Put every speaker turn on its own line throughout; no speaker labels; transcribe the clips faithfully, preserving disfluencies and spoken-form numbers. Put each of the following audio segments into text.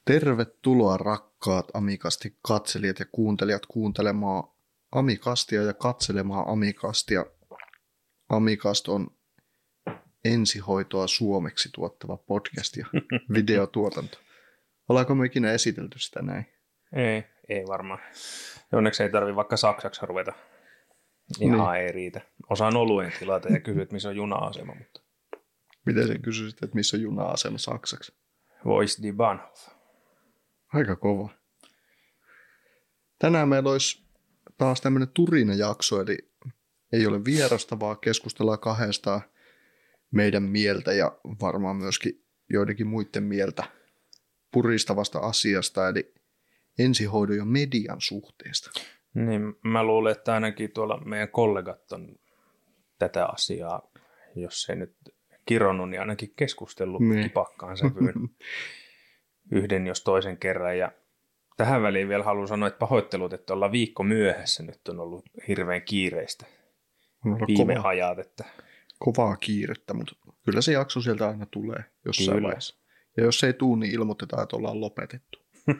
Tervetuloa rakkaat Amikasti katselijat ja kuuntelijat kuuntelemaan Amikastia ja katselemaan Amikastia. Amikast on ensihoitoa suomeksi tuottava podcast ja videotuotanto. Ollaanko me ikinä esitelty sitä näin?
Ei, ei varmaan. Onneksi ei tarvitse vaikka saksaksi ruveta. Ihan niin. Ei riitä. Osaan oluen tilata ja kysyä, että missä on juna-asema. Mutta...
Miten sen kysyisit, että missä on juna-asema saksaksi?
Vois die Bahnhof.
Aika kova. Tänään meillä olisi taas tämmöinen Turina-jakso, eli ei ole vierasta, vaan keskustellaan kahdesta meidän mieltä ja varmaan myöskin joidenkin muiden mieltä puristavasta asiasta, eli ensihoidon ja median suhteesta.
Niin, mä luulen, että ainakin tuolla meidän kollegat on tätä asiaa, jos ei nyt kironnut, niin ainakin keskustellut niin. Kipakkaan sävyyn yhden jos toisen kerran. Ja tähän väliin vielä haluan sanoa, että pahoittelut, että ollaan viikko myöhässä. Nyt on ollut hirveän kiireistä viime kova, ajat. Että...
Kovaa kiirettä, mutta kyllä se jakso sieltä aina tulee jossain kyllä. vaiheessa. Ja jos se ei tule, niin ilmoitetaan, että ollaan lopetettu.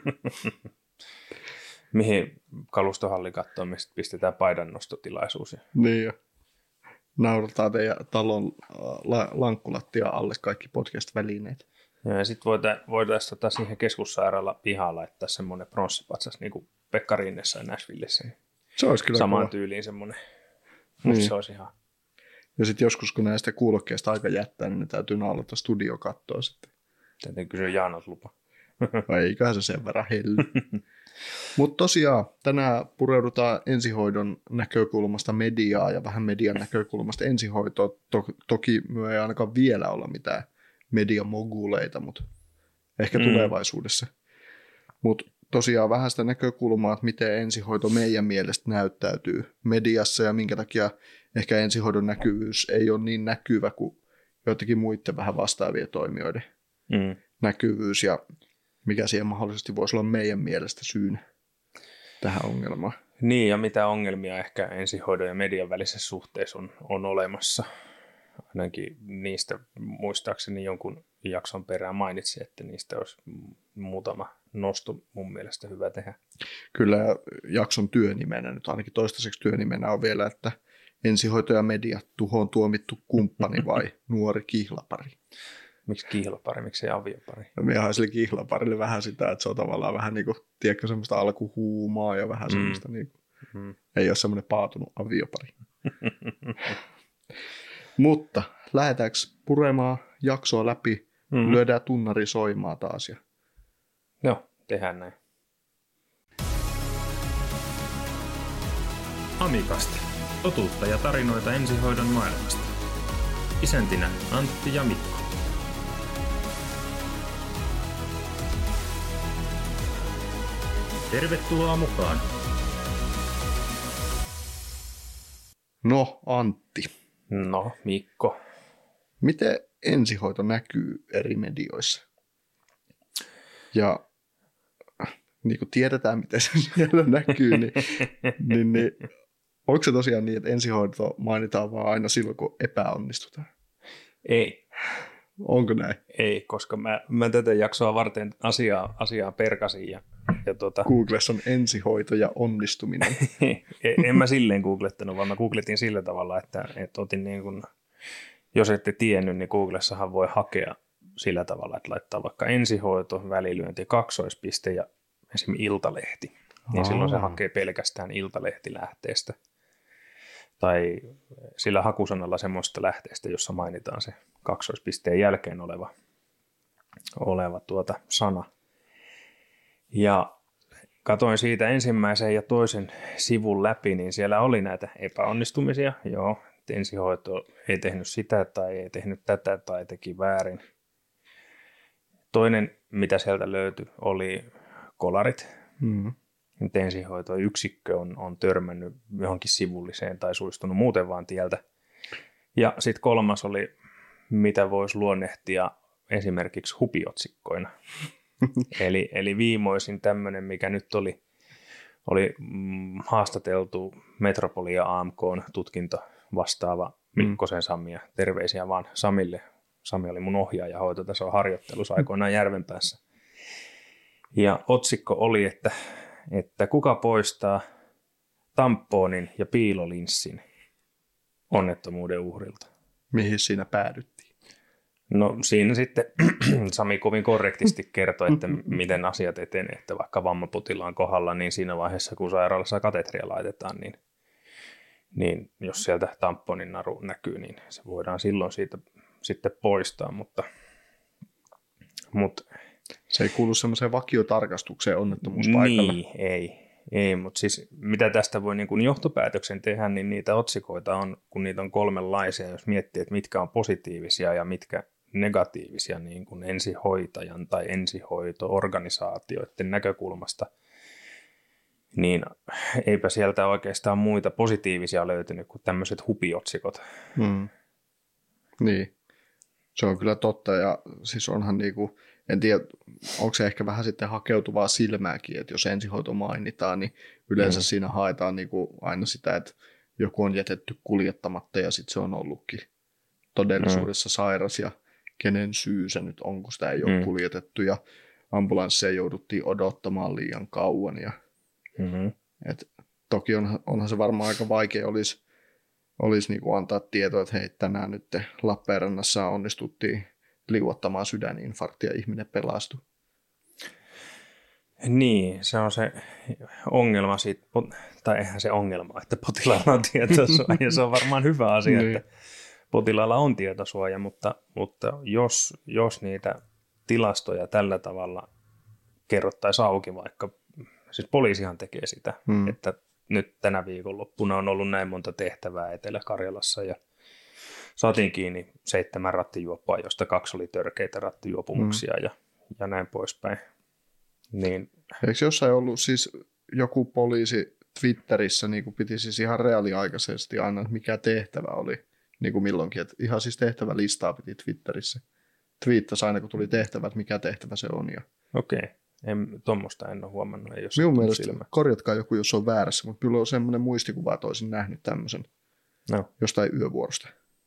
Mihin kalustohallikattoon me pistetään paidannostotilaisuus.
Niin jo. Naurataan teidän talon la- lankkulattia alle kaikki podcast-välineet.
Ja sitten voitaisiin voitais tota siihen keskussairaala pihaan laittaa semmoinen pronssipatsas, niin kuin Pekka Rinnessä ja Nashvillessä.
Se olisi kyllä
samaan
kova.
Tyyliin semmoinen. Niin. Se olisi ihan...
Ja sitten joskus, kun näistä kuulokkeista aika jättää, niin ne täytyy naulata studiokattoa sitten.
Täytyy kysyä Jaanot lupa.
Vai eiköhän se sen verran helly. Mutta tosiaan tänään pureudutaan ensihoidon näkökulmasta mediaa ja vähän median näkökulmasta ensihoitoa. To- toki me ei ainakaan vielä olla mitään mediamoguleita, mutta ehkä mm. tulevaisuudessa. Mutta tosiaan vähän sitä näkökulmaa, että miten ensihoito meidän mielestä näyttäytyy mediassa ja minkä takia ehkä ensihoidon näkyvyys ei ole niin näkyvä kuin joitakin muiden vähän vastaavien toimijoiden mm. näkyvyys ja mikä siihen mahdollisesti voisi olla meidän mielestä syynä tähän ongelmaan.
Niin, ja mitä ongelmia ehkä ensihoidon ja median välisessä suhteessa on, on olemassa. Ainakin niistä muistaakseni jonkun jakson perään mainitsi, että niistä olisi muutama nosto mun mielestä hyvä tehdä.
Kyllä jakson työnimenä, nyt ainakin toistaiseksi työnimenä on vielä, että ensihoito ja media, tuhoon tuomittu kumppani vai nuori kihlapari.
Miksi kihlapari, miksi ei aviopari?
Minä hain sille kihlaparille vähän sitä, että se on tavallaan vähän niin kuin, tiedätkö, semmoista alkuhuumaa ja vähän mm. semmoista, niin kuin, mm. ei ole semmoinen paatunut aviopari. Mutta lähdetäänkö puremaan jaksoa läpi, mm. lyödään tunnari soimaan taas. Ja...
Joo, tehdään näin.
Amikasti. Totuutta ja tarinoita ensihoidon maailmasta. Isäntinä Antti ja Mikko. Tervetuloa mukaan.
No, Antti.
No, Mikko.
Miten ensihoito näkyy eri medioissa? Ja niin kuin tiedetään, miten se siellä näkyy, niin, niin, niin onko se tosiaan niin, että ensihoito mainitaan vaan aina silloin, kun epäonnistutaan?
Ei.
Onko näin?
Ei, koska mä, mä tätä jaksoa varten asiaa, asiaa perkasin. Ja, ja tuota...
Googlessa on ensihoito ja onnistuminen.
En mä silleen googlettanut, vaan mä googletin sillä tavalla, että, että otin niin kuin, jos ette tiennyt, niin Googlessahan voi hakea sillä tavalla, että laittaa vaikka ensihoito, välilyönti, kaksoispiste ja esimerkiksi iltalehti. Niin silloin se hakee pelkästään iltalehtilähteestä. Tai sillä hakusanalla semmoista lähteestä, jossa mainitaan se kaksoispisteen jälkeen oleva, oleva tuota sana. Ja katoin siitä ensimmäisen ja toisen sivun läpi, niin siellä oli näitä epäonnistumisia. Joo, ensihoito ei tehnyt sitä tai ei tehnyt tätä tai teki väärin. Toinen, mitä sieltä löytyi, oli kolarit. Mm-hmm. Ensihoitoyksikkö on, on törmännyt johonkin sivulliseen tai suistunut muuten vaan tieltä. Ja sitten kolmas oli, mitä voisi luonnehtia esimerkiksi hupiotsikkoina. eli, eli viimoisin tämmöinen, mikä nyt oli, oli mm, haastateltu Metropolia A M K:n tutkinto vastaava Mikkosen Samia. Terveisiä vaan Samille. Sami oli mun ohjaaja hoitotason harjoittelussa aikoinaan Järvenpäässä. Ja otsikko oli, että, että kuka poistaa tamponin ja piilolinssin onnettomuuden uhrilta.
Mihin siinä päädyttiin?
No siinä sitten Sami kovin korrektisti kertoi, että miten asiat etenee, että vaikka vammapotilaan kohdalla, niin siinä vaiheessa kun sairaalassa katetria laitetaan, niin, niin jos sieltä tamponin naru näkyy, niin se voidaan silloin siitä sitten poistaa, mutta, mutta
se ei kuulu semmoiseen vakiotarkastukseen onnettomuuspaikalla.
Niin, ei. Ei, mutta siis mitä tästä voi niin kuin johtopäätöksen tehdä, niin niitä otsikoita on, kun niitä on kolmenlaisia, jos miettii, että mitkä on positiivisia ja mitkä negatiivisia niin kuin ensihoitajan tai ensihoito-organisaatioiden näkökulmasta, niin eipä sieltä oikeastaan muita positiivisia löytynyt kuin tämmöiset hupiotsikot.
Mm. Niin, se on kyllä totta ja siis onhan niinku, en tiedä, onko se ehkä vähän sitten hakeutuvaa silmääkin, että jos ensihoito mainitaan, niin yleensä mm. siinä haetaan niinku aina sitä, että joku on jätetty kuljettamatta ja sitten se on ollutkin todellisuudessa mm. sairas ja kenen syy se nyt on, kun sitä ei ole mm. kuljetettu ja ambulansseja jouduttiin odottamaan liian kauan. Ja,
mm-hmm.
et, toki onhan, onhan se varmaan aika vaikea olisi, olisi niinku antaa tietoa, että hei, tänään nyt Lappeenrannassa onnistuttiin liuottamaan sydäninfarktia ja ihminen pelastui.
Niin, se on se ongelma siitä, tai eihän se ongelma, että potilaalla on tietosuoja. Se on varmaan hyvä asia, niin. Että potilaalla on tietosuoja, mutta, mutta jos, jos niitä tilastoja tällä tavalla kerrottaisiin auki, vaikka siis poliisihan tekee sitä, hmm. että nyt tänä viikonloppuna on ollut näin monta tehtävää Etelä-Karjalassa ja saatiin kiinni seitsemän rattijuoppaa, josta kaksi oli törkeitä rattijuopumuksia mm. ja, ja näin poispäin. Niin.
Eikö jossain ollut siis joku poliisi Twitterissä, niin kuin piti siis ihan reaaliaikaisesti aina, mikä tehtävä oli, niin kuin milloinkin, että ihan siis tehtävälistaa piti Twitterissä. Twiittasi aina, kun tuli tehtävä, että mikä tehtävä se on. Ja...
Okei, en, tuommoista en ole huomannut. Ei
minun mielestä, silmä. Korjatkaa joku, jos on väärässä, mutta kyllä on semmoinen muistikuva, että olisin nähnyt tämmöisen no. jostain yövuorosta.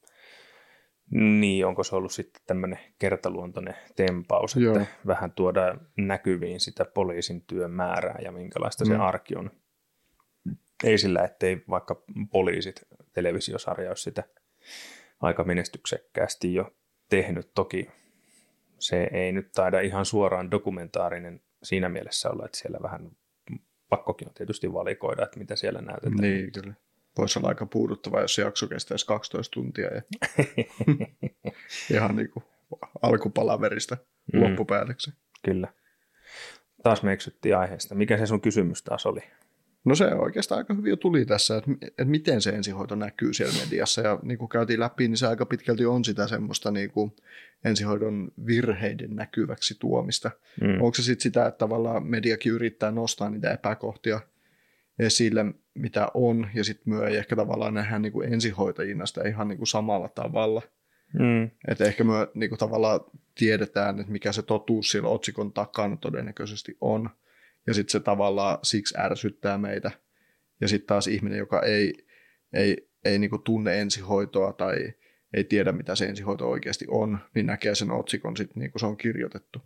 Niin, onko se ollut sitten tämmöinen kertaluontoinen tempaus, Joo. että vähän tuodaan näkyviin sitä poliisin työn määrää ja minkälaista mm. se arki on. Ei sillä, ettei vaikka poliisit televisiosarja olisi sitä aika menestyksekkäästi jo tehnyt. Toki se ei nyt taida ihan suoraan dokumentaarinen siinä mielessä olla, että siellä vähän pakkokin on tietysti valikoida, että mitä siellä näytetään.
Niin, kyllä. Voisi olla aika puuduttava, jos se jakso kestäisi kaksitoista tuntia ja ihan niin kuin alkupalaverista mm. loppupäätöksi.
Kyllä. Taas me eksyttiin aiheesta. Mikä se sun kysymys taas oli?
No se oikeastaan aika hyvin jo tuli tässä, että, että miten se ensihoito näkyy siellä mediassa. Ja niin kuin käytiin läpi, niin se aika pitkälti on sitä semmoista niin kuin ensihoidon virheiden näkyväksi tuomista. Mm. Onko se sitten sitä, että tavallaan mediakin yrittää nostaa niitä epäkohtia esille, mitä on, ja sitten myö ei ehkä tavallaan nähdä niin kuin ensihoitajina sitä ihan niin kuin samalla tavalla. Mm. Että ehkä me niin kuin tavallaan tiedetään, että mikä se totuus siellä otsikon takana todennäköisesti on, ja sitten se tavallaan siksi ärsyttää meitä. Ja sitten taas ihminen, joka ei, ei, ei niin kuin tunne ensihoitoa tai ei tiedä, mitä se ensihoito oikeasti on, niin näkee sen otsikon sitten niin kuin se on kirjoitettu.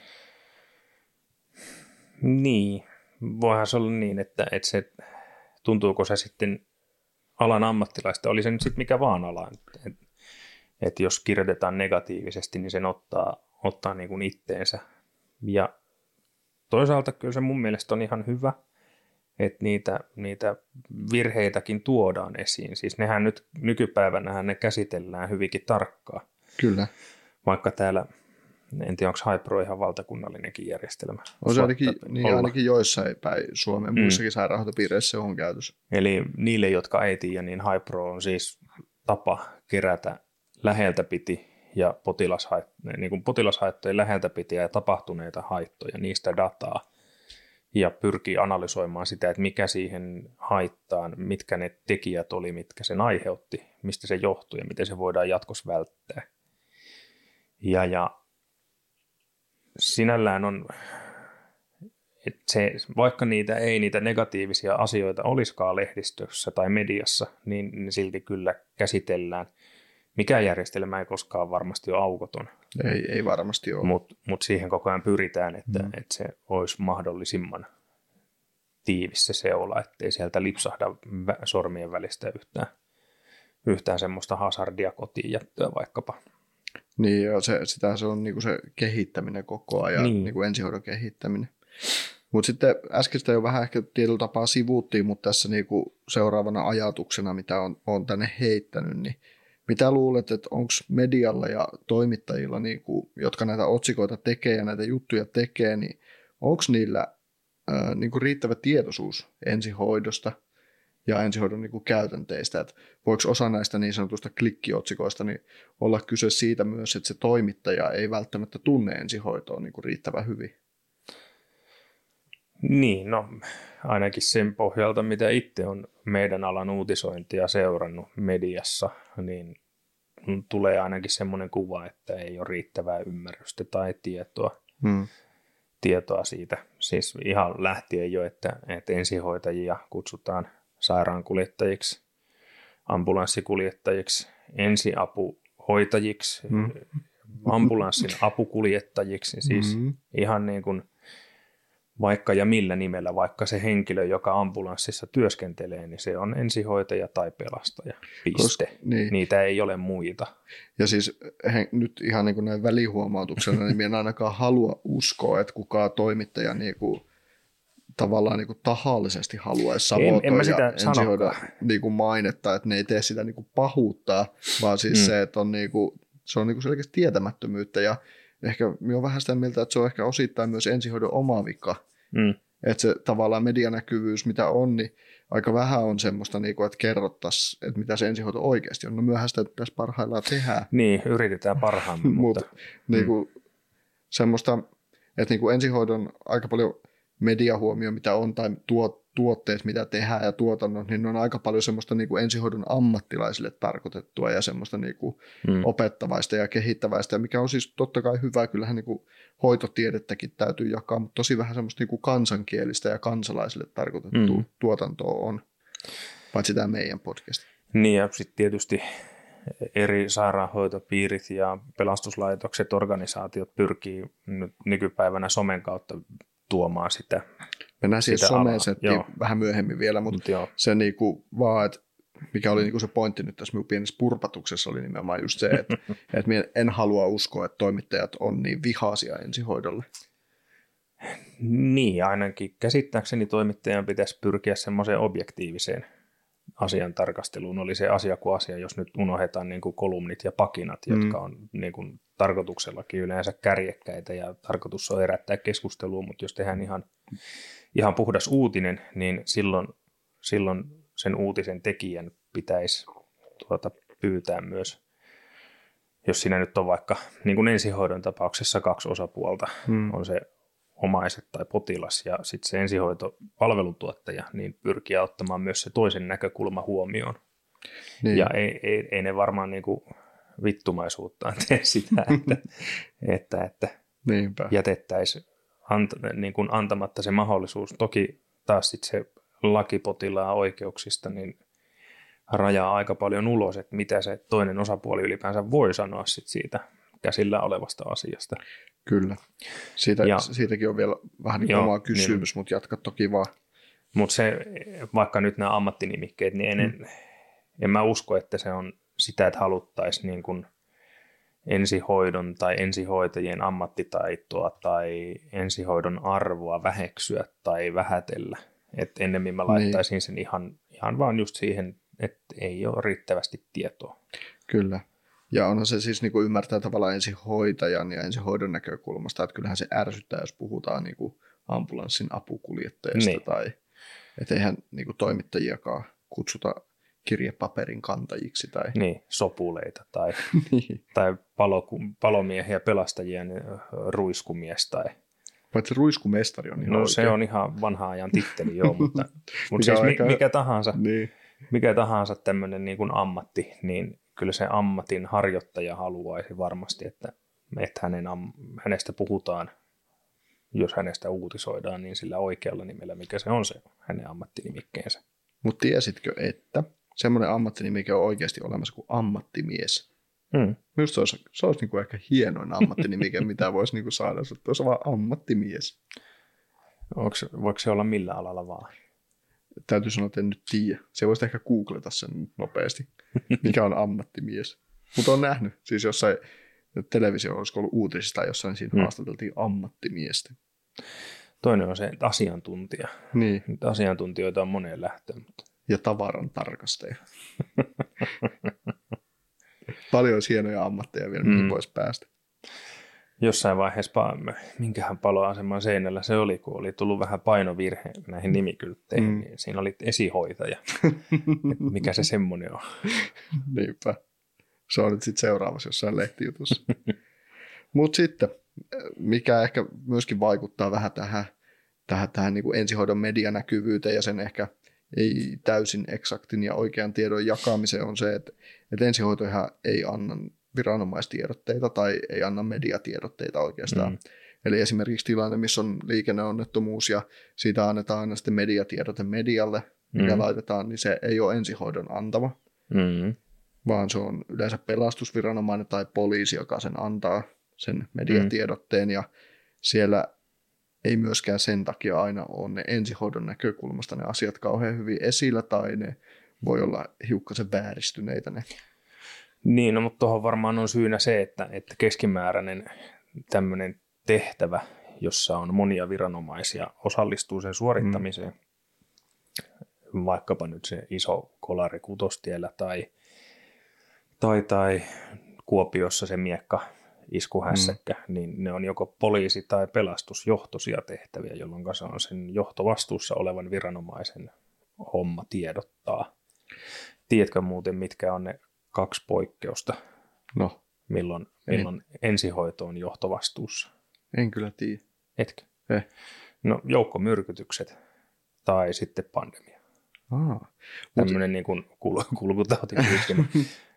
Niin. Voihan se olla niin, että, että se, tuntuuko se sitten alan ammattilaista, oli se nyt sitten mikä vaan ala, että, että jos kirjoitetaan negatiivisesti, niin sen ottaa, ottaa niin kuin itteensä. Ja toisaalta kyllä se mun mielestä on ihan hyvä, että niitä, niitä virheitäkin tuodaan esiin. Siis nehän nyt nykypäivänähän ne käsitellään hyvinkin tarkkaan.
Kyllä.
Vaikka täällä... En tiedä, onko HiPro ihan valtakunnallinenkin järjestelmä.
On se ainakin, niin ainakin joissain päin Suomen mm. muissakin sairaanhoitopiireissä on käytössä.
Eli niille, jotka ei tiedä, niin HiPro on siis tapa kerätä läheltä piti ja potilashait- niin kuin potilashaittojen läheltä piti ja tapahtuneita haittoja, niistä dataa, ja pyrkii analysoimaan sitä, että mikä siihen haittaan, mitkä ne tekijät oli, mitkä sen aiheutti, mistä se johtui ja miten se voidaan jatkossa välttää. Ja, ja sinällään on, että se, vaikka niitä ei niitä negatiivisia asioita olisikaan lehdistössä tai mediassa, niin ne silti kyllä käsitellään. mikään järjestelmä ei koskaan varmasti ole aukoton.
Ei, ei varmasti ole.
Mutta mut siihen koko ajan pyritään, että,
Mm.
että se olisi mahdollisimman tiivis se seula, ettei sieltä lipsahda vä- sormien välistä yhtään, yhtään semmoista hazardia kotiin jättöä vaikkapa.
Niin, ja se, sitä se on niinku se kehittäminen koko ajan,
Niin.
niin. niinku ensihoidon kehittäminen. Mutta sitten äsken sitä jo vähän ehkä tietyllä tapaa sivuuttiin, mutta tässä niinku seuraavana ajatuksena, mitä on, on tänne heittänyt, niin mitä luulet, että onko medialla ja toimittajilla, niinku, jotka näitä otsikoita tekee ja näitä juttuja tekee, niin onko niillä ää, niinku riittävä tietoisuus ensihoidosta ja ensihoidon niinku käytänteistä, että voiko osa näistä niin sanotusta klikkiotsikoista niin olla kyse siitä myös, että se toimittaja ei välttämättä tunne ensihoitoa niinku riittävän hyvin?
Niin, no ainakin sen pohjalta, mitä itse on meidän alan uutisointia seurannut mediassa, niin tulee ainakin semmoinen kuva, että ei ole riittävää ymmärrystä tai tietoa,
Hmm.
tietoa siitä. Siis ihan lähtien jo, että, että ensihoitajia kutsutaan sairaankuljettajiksi, ambulanssikuljettajiksi, ensiapuhoitajiksi,
Hmm.
ambulanssin apukuljettajiksi, siis
Hmm.
ihan niin kuin vaikka ja millä nimellä, vaikka se henkilö, joka ambulanssissa työskentelee, niin se on ensihoitaja tai pelastaja, piste.
Koska- niin.
Niitä ei ole muita.
Ja siis he, nyt ihan niin kuin näin välihuomautuksena, niin minä en ainakaan halua uskoa, että kukaan toimittaja niin kuin, tavallaan niin kuin tahallisesti haluaisi
En- en mä
sabotoida
sitä
ensihoidon
sanokaan.
niin kuin mainetta, että ne ei tee sitä niin kuin pahuuttaa, vaan siis
Mm.
se, että on niin kuin, se on niin kuin selkeästi tietämättömyyttä ja ehkä minä olen vähän sitä mieltä, että se on ehkä osittain myös ensihoidon oma vika,
Mm.
että se tavallaan medianäkyvyys, mitä on, niin aika vähän on semmoista, niin kuin, että kerrottaisiin, että mitä se ensihoito oikeasti on. No myöhän sitä tässä parhaillaan tehdään.
Niin, yritetään parhaamme, mutta
Mutta niin kuin, semmoista, että niin kuin ensihoidon aika paljon mediahuomio, mitä on, tai tuo, tuotteet, mitä tehdään ja tuotannot, niin ne on aika paljon semmoista niin kuin ensihoidon ammattilaisille tarkoitettua ja semmoista niin kuin
mm.
opettavaista ja kehittäväistä, mikä on siis totta kai hyvä. Kyllähän niin kuin hoitotiedettäkin täytyy jakaa, mutta tosi vähän semmoista niin kuin kansankielistä ja kansalaisille tarkoitettua
Mm.
tuotantoa on, paitsi tämä meidän podcast.
Niin, ja sitten tietysti eri sairaanhoitopiirit ja pelastuslaitokset, organisaatiot pyrkii nyt nykypäivänä somen kautta tuomaan sitä.
Mennään siihen
Sitä
someen
alaa,
settiin
joo.
vähän myöhemmin vielä, mutta
Mut joo.
se niinku vaan, että mikä oli niinku se pointti nyt tässä minun pienessä purpatuksessa, oli nimenomaan just se, että, että minä en halua uskoa, että toimittajat on niin vihaisia ensihoidolle.
Niin, ainakin käsittääkseni toimittajan pitäisi pyrkiä semmoiseen objektiiviseen asian tarkasteluun. Oli se asia kuin asia, jos nyt unohdetaan niin kuin kolumnit ja pakinat,
Mm.
jotka on niin kuin tarkoituksellakin yleensä kärjekkäitä ja tarkoitus on herättää keskustelua, mutta jos tehdään ihan, ihan puhdas uutinen, niin silloin, silloin sen uutisen tekijän pitäisi tuota, pyytää myös, jos siinä nyt on vaikka niin kuin ensihoidon tapauksessa kaksi osapuolta,
Mm.
on se omaiset tai potilas ja sitten se ensihoitopalveluntuottaja, niin pyrkiä ottamaan myös se toisen näkökulma huomioon.
Niin.
Ja ei, ei, ei ne varmaan niinku vittumaisuuttaan tee sitä, että, että, että
Niinpä.
jätettäisiin ant, niin kuin antamatta se mahdollisuus. Toki taas sit se laki potilaan oikeuksista niin rajaa aika paljon ulos, että mitä se toinen osapuoli ylipäänsä voi sanoa sit siitä käsillä olevasta asiasta.
Kyllä. Siitä,
Ja-
siitäkin on vielä vähän niin
Joo,
oma kysymys, niin. mutta jatka toki vaan.
Mutta se, vaikka nyt nämä ammattinimikkeet, niin en, mm. en mä usko, että se on sitä, että haluttaisiin niin kuin ensihoidon tai ensihoitajien ammattitaitoa tai ensihoidon arvoa väheksyä tai vähätellä. Et ennemmin mä laittaisin sen ihan, ihan vaan just siihen, että ei ole riittävästi tietoa.
Kyllä. Ja onhan se siis niin kuin ymmärtää tavallaan ensihoitajan ja ensihoidon näkökulmasta, että kyllähän se ärsyttää, jos puhutaan niin kuin ambulanssin apukuljettajasta
Niin.
tai että eihän niin kuin toimittajiakaan kutsuta kirjepaperin kantajiksi. Tai...
Niin, sopuleita tai,
niin.
tai palo, palomiehiä, pelastajia, niin ruiskumies tai...
Paitsi ruiskumestari on ihan
No
oikein.
se on ihan vanha ajan titteli, joo, mutta, mutta
Mikä
siis
on
mi,
aika-
mikä tahansa,
Niin.
mikä tahansa tämmöinen niin kuin ammatti, niin kyllä se ammatin harjoittaja haluaisi varmasti, että, että hänen, am, hänestä puhutaan, jos hänestä uutisoidaan, niin sillä oikealla nimellä, mikä se on se hänen ammattinimikkeensä.
Mutta tiesitkö, että semmoinen ammattinimike on oikeasti olemassa kuin ammattimies?
Mm.
Minusta se olisi, se olisi niin kuin ehkä hienoin ammattinimike, mitä voisi niin kuin saada. Se olisi vaan ammattimies.
Onko, voiko se olla millä alalla vaan?
Täytyy sanoa, että en nyt tiedä. Se voisi ehkä googleta sen nopeasti, mikä on ammattimies. Mutta on nähnyt, siis jossain televisio, olisiko ollut uutisista jossain, niin siinä mm. haastateltiin ammattimiestä.
Toinen on se asiantuntija.
Niin.
Asiantuntijoita on moneen lähtöön. Mutta...
Ja tavaran tarkastaja. Paljon olisi hienoja ammatteja vielä, mihin mm. voisi päästä.
Jossain vaiheessa, minkähän paloaseman seinällä se oli, kun oli tullut vähän painovirhe näihin nimikyltteihin, mm. niin siinä oli esihoitaja. Mikä se semmoinen on?
Niinpä. Se on nyt sitten seuraavassa jossain lehtijutussa. Mutta sitten, mikä ehkä myöskin vaikuttaa vähän tähän, tähän, tähän niin kuin ensihoidon medianäkyvyyteen ja sen ehkä ei täysin eksaktin ja oikean tiedon jakamiseen on se, että, että ensihoitohan ei anna viranomaistiedotteita tai ei anna mediatiedotteita oikeastaan. Mm. Eli esimerkiksi tilanne, missä on liikenneonnettomuus ja siitä annetaan aina sitten mediatiedote medialle, mikä mm. laitetaan, niin se ei ole ensihoidon antama, mm. vaan se on yleensä pelastusviranomainen tai poliisi, joka sen antaa sen mediatiedotteen, mm. ja siellä ei myöskään sen takia aina ole ne ensihoidon näkökulmasta ne asiat kauhean hyvin esillä, tai ne voi olla hiukkasen vääristyneitä ne.
Niin, no, mutta tuohon varmaan on syynä se, että, että keskimääräinen tämmöinen tehtävä, jossa on monia viranomaisia, osallistuu sen suorittamiseen, mm. vaikkapa nyt se iso kolari Kutostiellä tai, tai, tai Kuopiossa se miekka iskuhässäkkä, mm. niin ne on joko poliisi- tai pelastusjohtoisia tehtäviä, jolloin se on sen johtovastuussa olevan viranomaisen homma tiedottaa. Tiedätkö muuten, mitkä on ne kaksi poikkeusta,
no,
milloin, milloin ensihoito on johtovastuussa?
En kyllä tiedä.
Etkö?
Eh.
No joukkomyrkytykset tai sitten pandemia.
Aa,
tämmöinen niin kuin kul- kulkutautityyppinen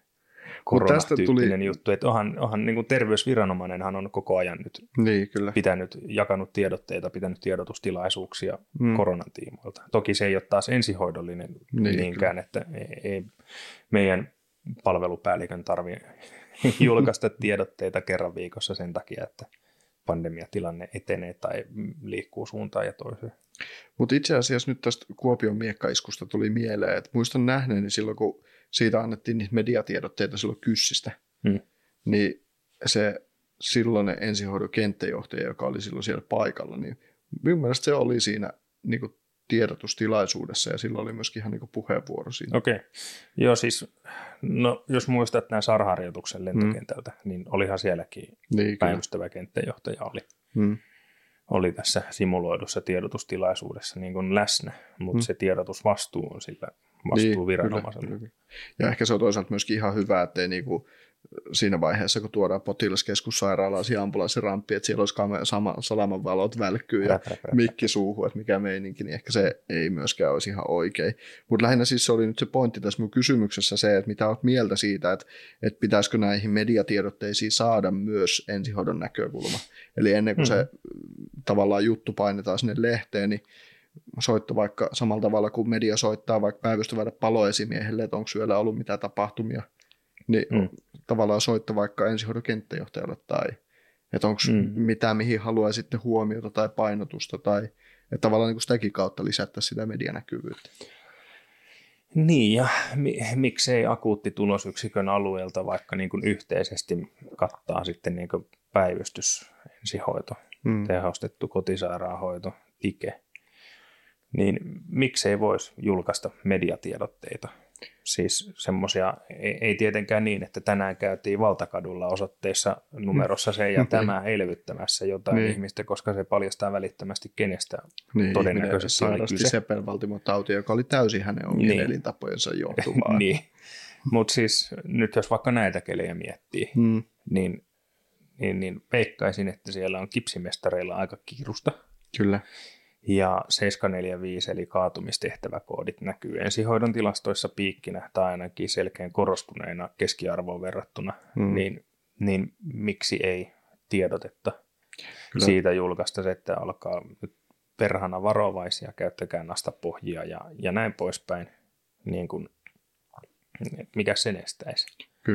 koronatyyppinen tuli... juttu. Että onhan, onhan niin kuin terveysviranomainenhan on koko ajan nyt
niin, kyllä.
pitänyt, jakanut tiedotteita, pitänyt tiedotustilaisuuksia mm. koronan tiimoilta. Toki se ei ole taas ensihoidollinen niin, niinkään, kyllä. Että ei, ei meidän palvelupäällikön tarvitse julkaista tiedotteita kerran viikossa sen takia, että pandemiatilanne etenee tai liikkuu suuntaan ja toiseen.
Mutta itse asiassa nyt tästä Kuopion miekkaiskusta tuli mieleen, että muistan nähneeni silloin, kun siitä annettiin niitä mediatiedotteita silloin Kyssistä, hmm. niin se silloinen ensihoidon kenttäjohtaja, joka oli silloin siellä paikalla, niin minun mielestä se oli siinä niin kuin tiedotustilaisuudessa ja silloin oli myöskin ihan niin kuin puheenvuoro siinä.
Okei. Okay. Joo siis, no jos muistat nämä SAR-harjoituksen lentokentältä, hmm. niin olihan sielläkin niin, päivystävä kenttäjohtaja oli. Hmm. oli tässä simuloidussa tiedotustilaisuudessa niin kuin läsnä, mutta hmm. se tiedotusvastuu on sillä vastuuviranomaisella.
Niin, ja ehkä se on toisaalta myöskin ihan hyvä, ettei niinku siinä vaiheessa, kun tuodaan potilaskeskussairaalaan siihen ambulanssiramppiin, että siellä olisi sama, salamanvalot välkkyy ja mikki suuhun, että mikä meininki, niin ehkä se ei myöskään olisi ihan oikein. Mutta lähinnä siis se oli nyt se pointti tässä mun kysymyksessä se, että mitä olet mieltä siitä, että, että pitäisikö näihin mediatiedotteisiin saada myös ensihoidon näkökulma. Eli ennen kuin mm-hmm. se tavallaan juttu painetaan sinne lehteen, niin soitto vaikka samalla tavalla kuin media soittaa vaikka päivystävälle paloesimiehelle, että onko siellä ollut mitään tapahtumia, niin mm. tavallaan soittaa vaikka ensihoidon kenttäjohtajalle tai että onko mm. mitään, mihin haluaa sitten huomiota tai painotusta tai että tavallaan niin sitäkin kautta lisätä sitä medianäkyvyyttä.
Niin ja mi- miksei akuuttitulosyksikön alueelta vaikka niin kuin yhteisesti kattaa sitten niin kuin päivystys, ensihoito, mm. tehostettu kotisairaanhoito, I K E. Niin miksei voisi julkaista mediatiedotteita? Siis semmoisia, ei, ei tietenkään niin, että tänään käytiin Valtakadulla osoitteessa numerossa se ja tämä elvyttämässä jotain niin. ihmistä, koska se paljastaa välittömästi kenestä niin, todennäköisesti oli kyse.
Sepelvaltimotauti, joka oli täysin hänen omien niin. elintapojensa johtuvaa.
niin, mutta siis nyt jos vaikka näitä kelejä miettii, hmm. niin, niin, niin veikkaisin, että siellä on kipsimestareilla aika kiirusta.
Kyllä.
Ja seitsemän neljä viisi eli kaatumistehtäväkoodit näkyy ensihoidon tilastoissa piikkinä tai ainakin selkeän korostuneena keskiarvoon verrattuna, mm. niin, niin miksi ei tiedotetta Kyllä. siitä julkaista se, että alkaa nyt perhana varovaisia, käyttäkää nastapohjia ja, ja näin poispäin, niin kuin, mikä sen estäisi.
Kyllä.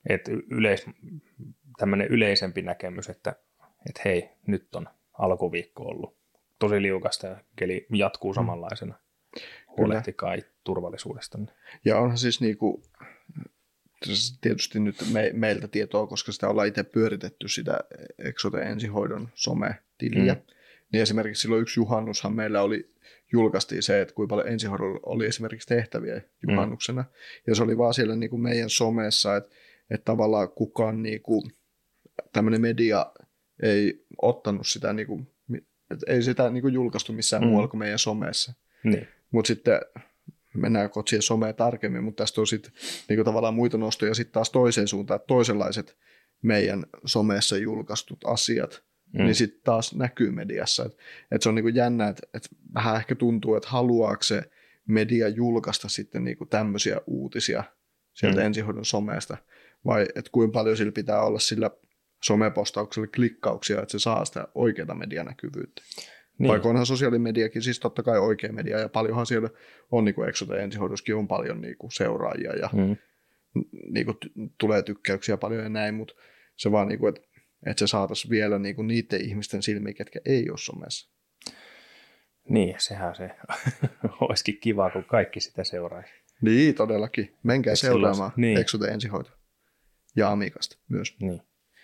että yleis, tämmöinen yleisempi näkemys, että, että hei, nyt on alkuviikko ollut tosi liukasta ja keli jatkuu samanlaisena. Huolehtikaa turvallisuudesta.
Ja onhan siis niinku, tietysti nyt me, meiltä tietoa, koska sitä ollaan itse pyöritetty sitä Exote ensihoidon some-tiliä. Mm. Niin esimerkiksi silloin yksi juhannushan meillä oli, julkaistiin se, että kuinka paljon ensihoidolla oli esimerkiksi tehtäviä juhannuksena. Mm. Ja se oli vaan siellä niinku meidän somessa, että, että tavallaan kukaan niinku, tämmöinen media ei ottanut sitä, niinku, että ei sitä niinku julkaistu missään mm. muualla kuin meidän somessa. Niin. Mutta sitten mennään kohta siihen someen tarkemmin, mutta tästä on sitten niinku tavallaan muita nostoja sitten taas toiseen suuntaan, että toisenlaiset meidän somessa julkaistut asiat, mm. niin sitten taas näkyy mediassa. Että et se on niinku jännä, että et vähän ehkä tuntuu, että haluaako se media julkaista sitten niinku tämmöisiä uutisia sieltä mm. ensihoidon somesta, vai että kuinka paljon sillä pitää olla sillä somepostauksella klikkauksia, että se saa sitä oikeaa medianäkyvyyttä. Niin. Vaikka onhan sosiaalimediakin, siis totta kai oikea media, ja paljonhan siellä on, niin kuin Exote ensihoidossakin on paljon niin kuin seuraajia, ja mm. niin kuin t- tulee tykkäyksiä paljon ja näin, mutta se vaan, niin kuin, että, että se saataisiin vielä niin kuin niiden ihmisten silmiin, ketkä ei ole somessa.
Niin, sehän se olisikin kiva, kun kaikki sitä seuraisi.
Niin, todellakin. Menkää et seuraamaan
niin.
Exote ensihoito ja Amikasta myös.
Niin.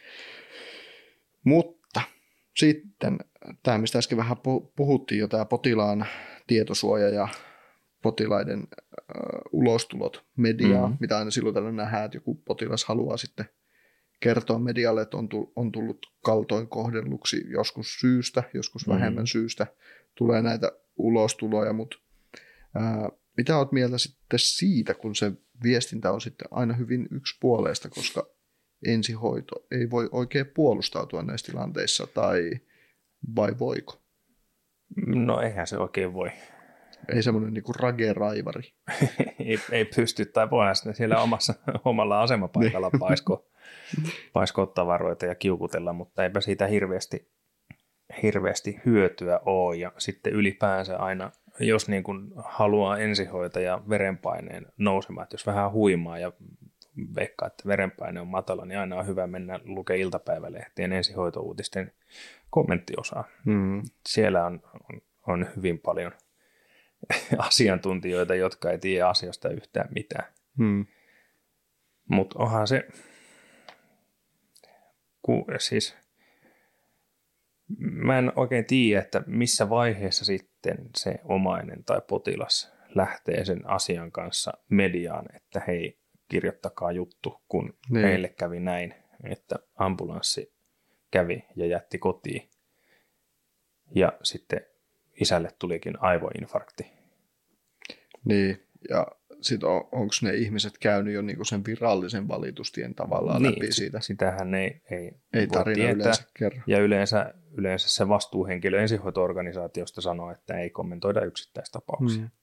Mutta sitten tämä, mistä äsken vähän puhuttiin jo, tämä potilaan tietosuoja ja potilaiden äh, ulostulot mediaa, mm-hmm. mitä aina silloin tällöin nähdään, että joku potilas haluaa sitten kertoa medialle, että on, tullut, on tullut kaltoin kohdelluksi joskus syystä, joskus mm-hmm. vähemmän syystä, tulee näitä ulostuloja, mutta äh, mitä olet mieltä sitten siitä, kun se viestintä on sitten aina hyvin yksipuoleista, koska ensihoito ei voi oikein puolustautua näissä tilanteissa, tai vai voiko?
No eihän se oikein voi.
Ei semmoinen niinku rage-raivari.
ei, ei pysty, tai voihan sitten siellä omassa, omalla asemapaikalla paisko, paiskoa tavaroita ja kiukutella, mutta eipä siitä hirveästi, hirveästi hyötyä ole. Ja sitten ylipäänsä aina, jos niin kuin haluaa ensihoitaja verenpaineen nousemaan, että jos vähän huimaa ja veikkaa, että verenpaine on matala, niin aina on hyvä mennä lukemaan iltapäivälehtien ensihoitouutisten kommenttiosaa. Mm. Siellä on, on, on hyvin paljon asiantuntijoita, jotka ei tiedä asiasta yhtään mitään. Mm. Mutta onhan se, ku, siis mä en oikein tiedä, että missä vaiheessa sitten se omainen tai potilas lähtee sen asian kanssa mediaan, että hei, kirjoittakaa juttu, kun niin. Meille kävi näin, että ambulanssi kävi ja jätti kotiin. Ja sitten isälle tulikin aivoinfarkti.
Niin, ja sitten on, onko ne ihmiset käynyt jo niinku sen virallisen valitustien tavallaan niin, läpi siitä?
Sitähän ei, ei,
ei tarina yleensä kerro.
Ja yleensä, yleensä se vastuuhenkilö ensihoito-organisaatiosta sanoo, että ei kommentoida yksittäistapauksia. Hmm.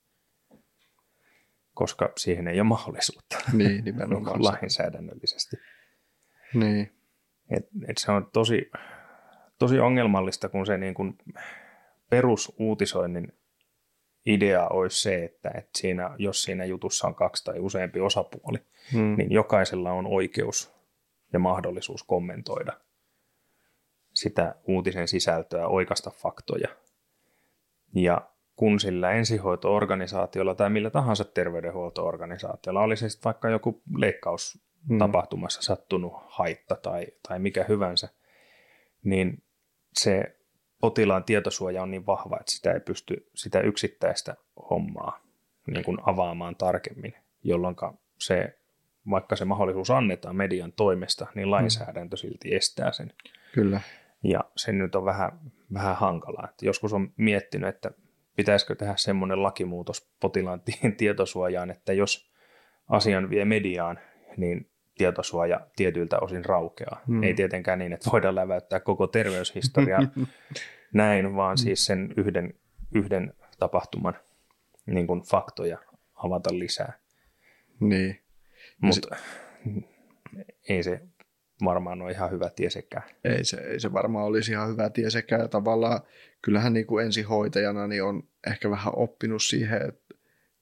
Koska siihen ei ole mahdollisuutta
niin, nimenomaan
lainsäädännöllisesti.
Niin.
Et, et se on tosi, tosi ongelmallista, kun se niin kun perusuutisoinnin idea olisi se, että et siinä, jos siinä jutussa on kaksi tai useampi osapuoli, hmm. niin jokaisella on oikeus ja mahdollisuus kommentoida sitä uutisen sisältöä, oikaista faktoja. Ja kun sillä ensihoito-organisaatiolla tai millä tahansa terveydenhuolto-organisaatiolla, oli se sitten vaikka joku leikkaustapahtumassa sattunut haitta tai, tai mikä hyvänsä, niin se potilaan tietosuoja on niin vahva, että sitä ei pysty sitä yksittäistä hommaa niin kuin avaamaan tarkemmin, jolloin se, vaikka se mahdollisuus annetaan median toimesta, niin lainsäädäntö silti estää sen.
Kyllä.
Ja se nyt on vähän, vähän hankalaa. Että joskus on miettinyt, että pitäisikö tehdä semmoinen lakimuutos potilaan tietosuojaan, että jos asian vie mediaan, niin tietosuoja tietyiltä osin raukeaa. Hmm. Ei tietenkään niin, että voidaan läväyttää koko terveyshistoria näin, vaan siis sen yhden, yhden tapahtuman niin kuin faktoja avata lisää.
Niin.
Mutta ei se varmaan ole ihan hyvä tie sekään.
Ei se, ei se varmaan olisi ihan hyvä tie sekään. Ja tavallaan kyllähän niin kuin ensihoitajana niin on ehkä vähän oppinut siihen, että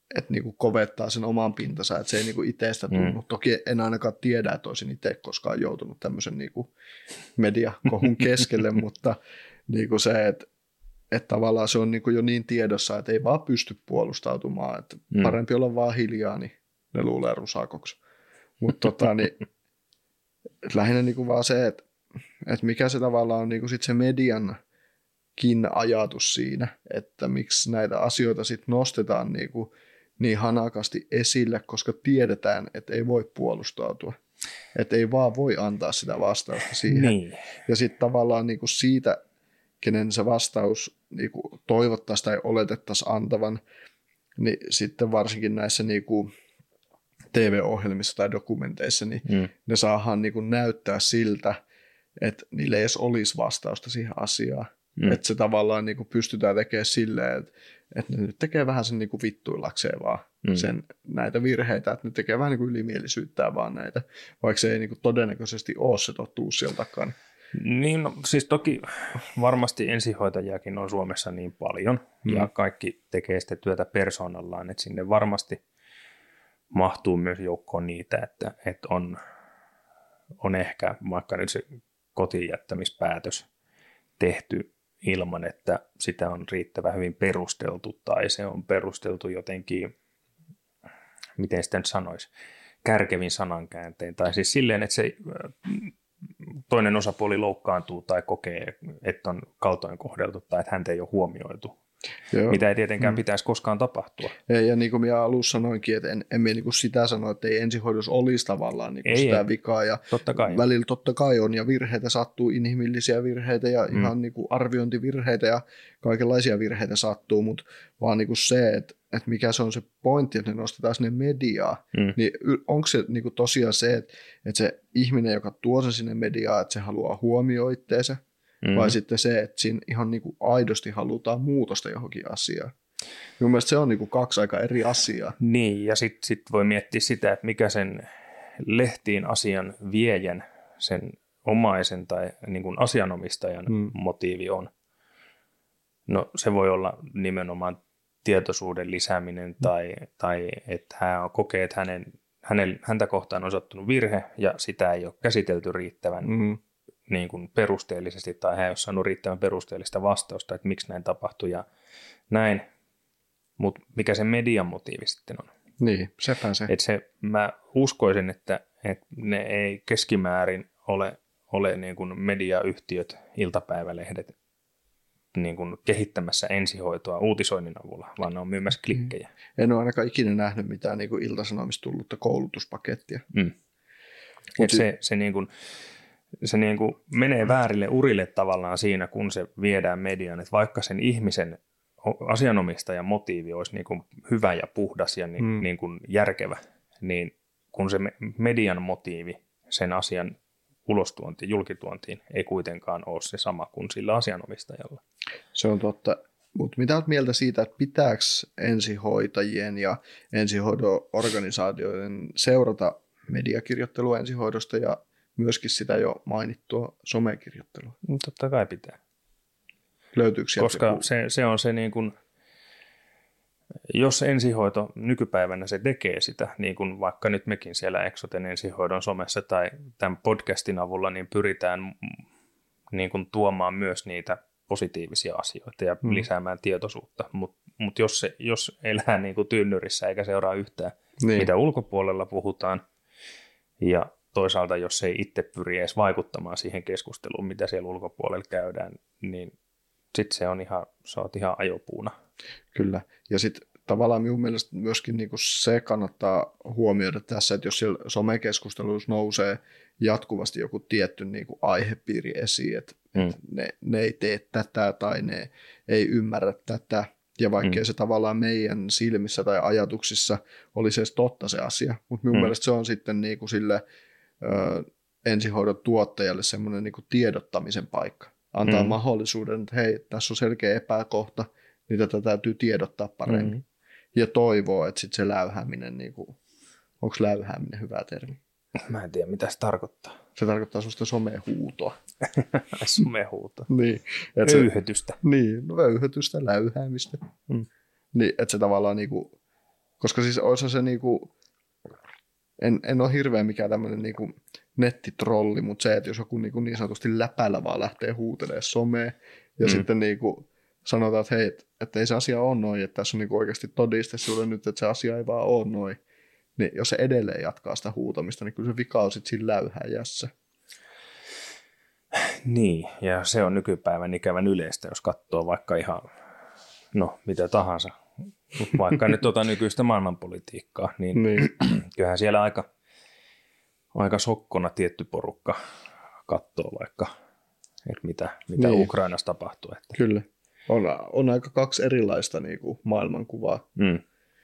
että niinku kovettaa sen oman pintansa, että se ei niinku itsestä tunnu. Mm. Toki en ainakaan tiedä, että olisin itse koskaan joutunut tämmöisen niinku mediakohun keskelle, mutta niinku se, että että tavallaan se on niinku jo niin tiedossa, että ei vaan pysty puolustautumaan, että mm. parempi olla vaan hiljaa, niin ne luulee rusakoksi. Mutta tota, niin, lähinnä niinku vaan se, että, että mikä se tavallaan on niinku sit se mediankin ajatus siinä, että miksi näitä asioita sit nostetaan niinku niin hanakasti esille, koska tiedetään, että ei voi puolustautua. Että ei vaan voi antaa sitä vastausta siihen. Niin. Ja sitten tavallaan niinku siitä, kenen se vastaus niinku toivottaisiin tai oletettaisiin antavan, niin sitten varsinkin näissä niinku T V-ohjelmissa tai dokumenteissa, niin mm. ne saadaan niinku näyttää siltä, että niillä ei edes olisi vastausta siihen asiaan. Mm. Että se tavallaan niinku pystytään tekemään silleen, että, että ne nyt tekee vähän sen niinku vittuillakseen vaan mm. sen, näitä virheitä, että ne tekee vähän niinku ylimielisyyttää vaan näitä, vaikka se ei niinku todennäköisesti ole se totuus sieltä takana.
Niin, no, siis toki varmasti ensihoitajiakin on Suomessa niin paljon, mm. ja kaikki tekee sitä työtä persoonallaan, että sinne varmasti mahtuu myös joukkoon niitä, että, että on, on ehkä vaikka nyt se kotiinjättämispäätös tehty ilman, että sitä on riittävän hyvin perusteltu, tai se on perusteltu jotenkin, miten sitä nyt sanoisi, kärkevin sanankääntein, tai siis silleen, että se toinen osapuoli loukkaantuu tai kokee, että on kaltoin kohdeltu tai että häntä ei ole huomioitu. Joo. Mitä ei tietenkään mm. pitäisi koskaan tapahtua.
Ja, ja niin kuin minä alussa sanoinkin, että en, en niin kuin sitä sano, että ei ensihoidossa olisi tavallaan niin kuin ei, sitä ei. vikaa. Ja
totta kai.
Välillä totta kai on ja virheitä sattuu, inhimillisiä virheitä ja mm. ihan niin kuin arviointivirheitä ja kaikenlaisia virheitä sattuu, mutta vaan niin kuin se, että, että mikä se on se pointti, että ne nostetaan sinne mediaan, mm. niin onko se niin kuin tosiaan se, että, että se ihminen, joka tuo sen sinne mediaan, että se haluaa huomioida itseensä, Mm. vai sitten se, että siinä ihan niin kuin aidosti halutaan muutosta johonkin asiaan. Minun mielestä se on niin kuin kaksi aika eri asiaa.
Niin, ja sitten sit voi miettiä sitä, että mikä sen lehtiin asian viejän, sen omaisen tai niin kuin asianomistajan mm. motiivi on. No se voi olla nimenomaan tietoisuuden lisääminen tai, tai että hän kokee, että hänen, hänen, häntä kohtaan on sattunut virhe ja sitä ei ole käsitelty riittävän mm. niin kuin perusteellisesti tai hän ei ole saanut riittävän perusteellista vastausta, että miksi näin tapahtui ja näin. Mutta mikä se median motiivi sitten on?
Niin, sepä se.
Et se mä uskoisin, että, että ne ei keskimäärin ole, ole niin kuin mediayhtiöt, iltapäivälehdet niin kuin kehittämässä ensihoitoa uutisoinnin avulla, vaan ne on myymässä klikkejä.
En ole ainakaan ikinä nähnyt mitään niin kuin Ilta-Sanomista tullutta koulutuspakettia.
Mm. Et se, se, niin kuin, se niin kuin menee väärille urille tavallaan siinä, kun se viedään mediaan, että vaikka sen ihmisen asianomistajan motiivi olisi niin kuin hyvä ja puhdas ja niin, mm. niin kuin järkevä, niin kun se median motiivi sen asian ulostuontiin, julkituontiin ei kuitenkaan ole se sama kuin sillä asianomistajalla.
Se on totta. Mutta mitä olet mieltä siitä, että pitääkö ensihoitajien ja ensihoidon organisaatioiden seurata mediakirjoittelua ensihoidosta ja myöskin sitä jo mainittua somekirjoittelua?
Totta kai pitää.
Löytyykö sieltä?
Koska se, se on se niin kuin, jos ensihoito nykypäivänä se tekee sitä, niin kuin vaikka nyt mekin siellä Exoten ensihoidon somessa tai tämän podcastin avulla, niin pyritään niin kuin tuomaan myös niitä positiivisia asioita ja mm. lisäämään tietoisuutta. Mutta mut jos, se, jos elää niin kuin tynnyrissä eikä seuraa yhtään, niin. mitä ulkopuolella puhutaan, ja toisaalta jos ei itse pyri edes vaikuttamaan siihen keskusteluun, mitä siellä ulkopuolella käydään, niin sitten se on ihan, sä oot ihan ajopuuna.
Kyllä, ja sitten tavallaan minun mielestä myöskin niinku se kannattaa huomioida tässä, että jos siellä somekeskusteluissa nousee jatkuvasti joku tietty niinku aihepiiri esiin, että mm. ne, ne ei tee tätä tai ne ei ymmärrä tätä, ja vaikkei mm. se tavallaan meidän silmissä tai ajatuksissa olisi edes totta se asia, mutta minun mm. mielestä se on sitten niinku sille ö, ensihoidon tuottajalle semmoinen niinku tiedottamisen paikka. Antaa mm. mahdollisuuden, että hei, tässä on selkeä epäkohta, niin tätä täytyy tiedottaa paremmin. Mm. Ja toivoo, että sitten se läyhääminen, niin kuin, onko läyhääminen hyvä termi?
Mä en tiedä, mitä se tarkoittaa.
Se tarkoittaa sellaista somehuutoa.
Somehuutoa.
niin,
Öyhytystä.
Se, niin, no öyhytystä, läyhäämistä. Mm. Niin, että se tavallaan niin kuin, Koska siis olisi se niinku, en, en ole hirveän mikään tämmöinen niinku nettitrolli, mutta se, että jos joku niinku niin sanotusti läpällä vaan lähtee huutelemaan someen ja mm. sitten niinku sanotaan, että hei, että ei se asia ole noin, että tässä on niinku oikeasti todiste sulle nyt, että se asia ei vaan ole noin, niin jos se edelleen jatkaa sitä huutamista, niin kyllä se vika on sitten siinä läyhäjässä.
Niin, ja se on nykypäivän ikävän yleistä, jos katsoo vaikka ihan, no mitä tahansa, vaikka nyt tuota nykyistä maailmanpolitiikkaa, niin, niin. kyllähän siellä aika, aika sokkona tietty porukka katsoo vaikka, että mitä, mitä niin. Ukrainassa tapahtuu. Että.
Kyllä, on, on aika kaksi erilaista niin kuin maailmankuvaa. Mm.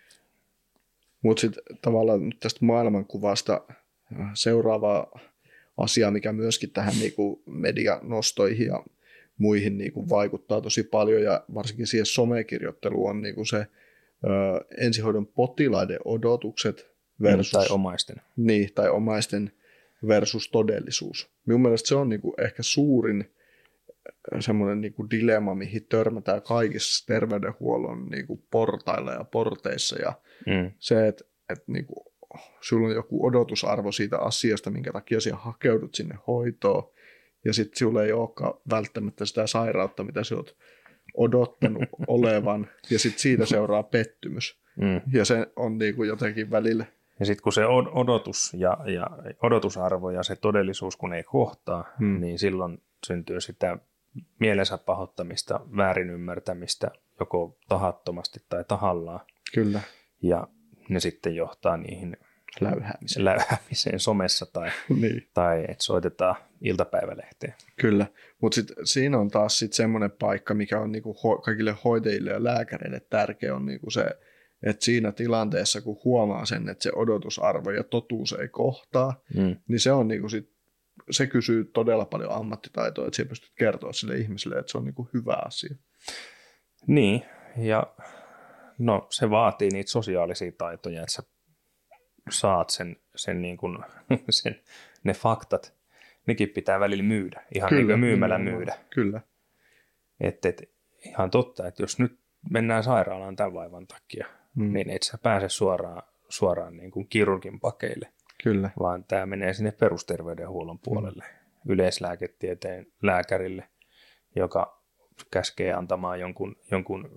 Mutta sitten tavallaan nyt tästä maailmankuvasta seuraava asia, mikä myöskin tähän niin kuin medianostoihin ja muihin niin kuin vaikuttaa tosi paljon, ja varsinkin siihen somekirjoitteluun on niin kuin se ö, ensihoidon potilaiden odotukset versus...
Tai omaisten.
Niin, tai omaisten versus todellisuus. Minun mielestä se on niin kuin ehkä suurin semmoinen niin kuin dilemma, mihin törmätään kaikissa terveydenhuollon niin kuin portailla ja porteissa, ja mm. se, että, että niin kuin, sulla on joku odotusarvo siitä asiasta, minkä takia sinä hakeudut sinne hoitoon, ja sitten sinulla ei olekaan välttämättä sitä sairautta, mitä sinä olet odottanut olevan, ja sitten siitä seuraa pettymys. Mm. Ja se on niin kuin jotenkin välillä.
Ja sitten kun se odotus ja, ja odotusarvo ja se todellisuus, kun ei kohtaa, mm. niin silloin syntyy sitä mielensä pahoittamista, väärinymmärtämistä, joko tahattomasti tai tahallaan.
Kyllä.
Ja ne sitten johtaa niihin
läyhäämiseen,
läyhäämiseen somessa tai, niin. tai että soitetaan iltapäivälehteen.
Kyllä, mutta siinä on taas sit semmoinen paikka, mikä on niinku ho- kaikille hoitajille ja lääkäreille tärkeä, on niinku se, että siinä tilanteessa, kun huomaa sen, että se odotusarvo ja totuus ei kohtaa, mm. niin se on niinku sit, se kysyy todella paljon ammattitaitoa, että sä pystyt kertoa sille ihmiselle, että se on niinku hyvä asia.
Niin, ja no se vaatii niitä sosiaalisia taitoja, että sä saat sen, sen, niin kuin, sen ne faktat, nekin pitää välillä myydä, ihan kyllä, niin kuin myymällä niin, myydä.
Kyllä.
Että et, ihan totta, että jos nyt mennään sairaalaan tämän vaivan takia, mm. niin et sä pääse suoraan, suoraan niin kuin kirurgin pakeille.
Kyllä.
Vaan tämä menee sinne perusterveydenhuollon puolelle, mm. yleislääketieteen lääkärille, joka käskee antamaan jonkun, jonkun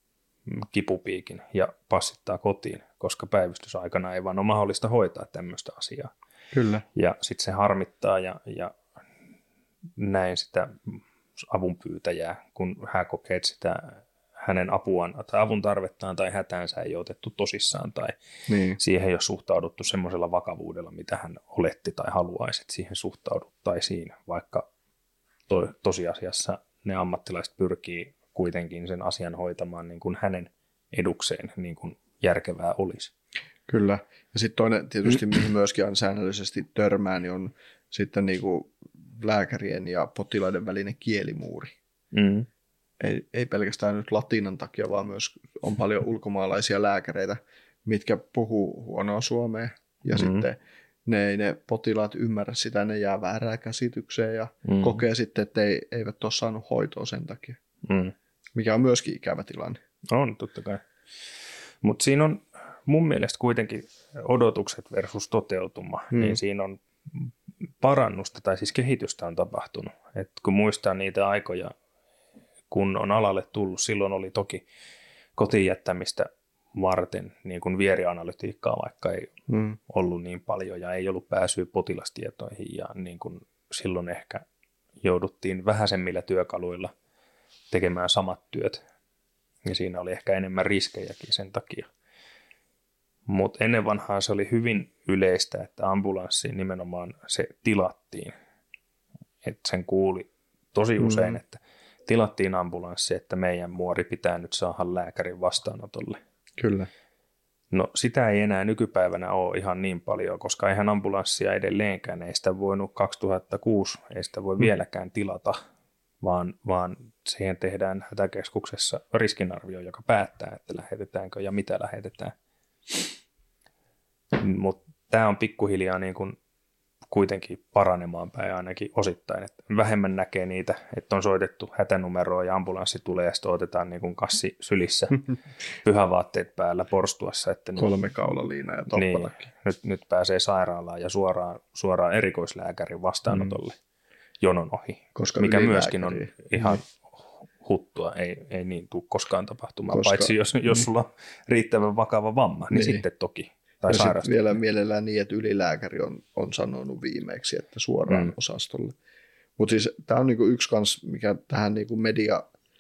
kipupiikin ja passittaa kotiin, koska päivystysaikana ei vaan ole mahdollista hoitaa tämmöistä asiaa.
Kyllä.
Ja sitten se harmittaa ja, ja näin sitä avunpyytäjää, kun hän kokee, että sitä hänen apuaan tai avun tarvettaan tai hätäänsä ei ole otettu tosissaan tai niin. siihen ei ole suhtauduttu semmoisella vakavuudella, mitä hän oletti tai haluaisi, että siihen suhtauduttaisiin, vaikka to, tosiasiassa ne ammattilaiset pyrkii kuitenkin sen asian hoitamaan niin kuin hänen edukseen, niin kuin järkevää olisi.
Kyllä. Ja sitten toinen tietysti, mihin myöskin on säännöllisesti törmää, niin on sitten niin kuin lääkärien ja potilaiden välinen kielimuuri. Mm. Ei, ei pelkästään nyt latinan takia, vaan myös on paljon ulkomaalaisia lääkäreitä, mitkä puhuu huonoa suomea. Ja mm. sitten ne ei ne potilaat ymmärrä sitä, ne jää väärää käsitykseen ja mm. kokee sitten, että ei, eivät ole saanut hoitoa sen takia. Mm. Mikä on myöskin ikävä tilanne.
On, totta kai. Mutta siinä on mun mielestä kuitenkin odotukset versus toteutuma, mm. niin siinä on parannusta tai siis kehitystä on tapahtunut. Et kun muistaa niitä aikoja, kun on alalle tullut, silloin oli toki kotiin jättämistä varten niin kuin vierianalytiikkaa, vaikka ei mm. ollut niin paljon ja ei ollut pääsyä potilastietoihin ja niin kuin silloin ehkä jouduttiin vähäisemmillä työkaluilla tekemään samat työt ja siinä oli ehkä enemmän riskejäkin sen takia. Mutta ennen vanhaa se oli hyvin yleistä, että ambulanssiin nimenomaan se tilattiin. Että sen kuuli tosi usein, mm. että tilattiin ambulanssi, että meidän muori pitää nyt saada lääkärin vastaanotolle.
Kyllä.
No sitä ei enää nykypäivänä ole ihan niin paljon, koska eihän ambulanssia edelleenkään, ei sitä voinut kaksituhattakuusi, ei sitä voi mm. vieläkään tilata, vaan, vaan siihen tehdään hätäkeskuksessa riskinarvio, joka päättää, että lähetetäänkö ja mitä lähetetään. Mutta tämä on pikkuhiljaa niin kun kuitenkin paranemaan päin ainakin osittain. Että vähemmän näkee niitä, että on soitettu hätänumeroa ja ambulanssi tulee ja sitten otetaan niin kuin kassi sylissä, pyhävaatteet päällä porstuassa. Että nyt,
Kolme kaulaliinaa ja toppalakki.
Niin, nyt, nyt pääsee sairaalaan ja suoraan, suoraan erikoislääkärin vastaanotolle mm. jonon ohi, koska mikä myöskin on ihan huttua, ei, ei niin tule koskaan tapahtumaan, koska, paitsi jos, jos sulla on riittävän vakava vamma, niin, niin. sitten toki. Tai
ja vielä mielellään niin, että ylilääkäri on, on sanonut viimeksi, että suoraan mm. osastolle. Mutta siis tämä on niinku yksi kans, mikä tähän niinku media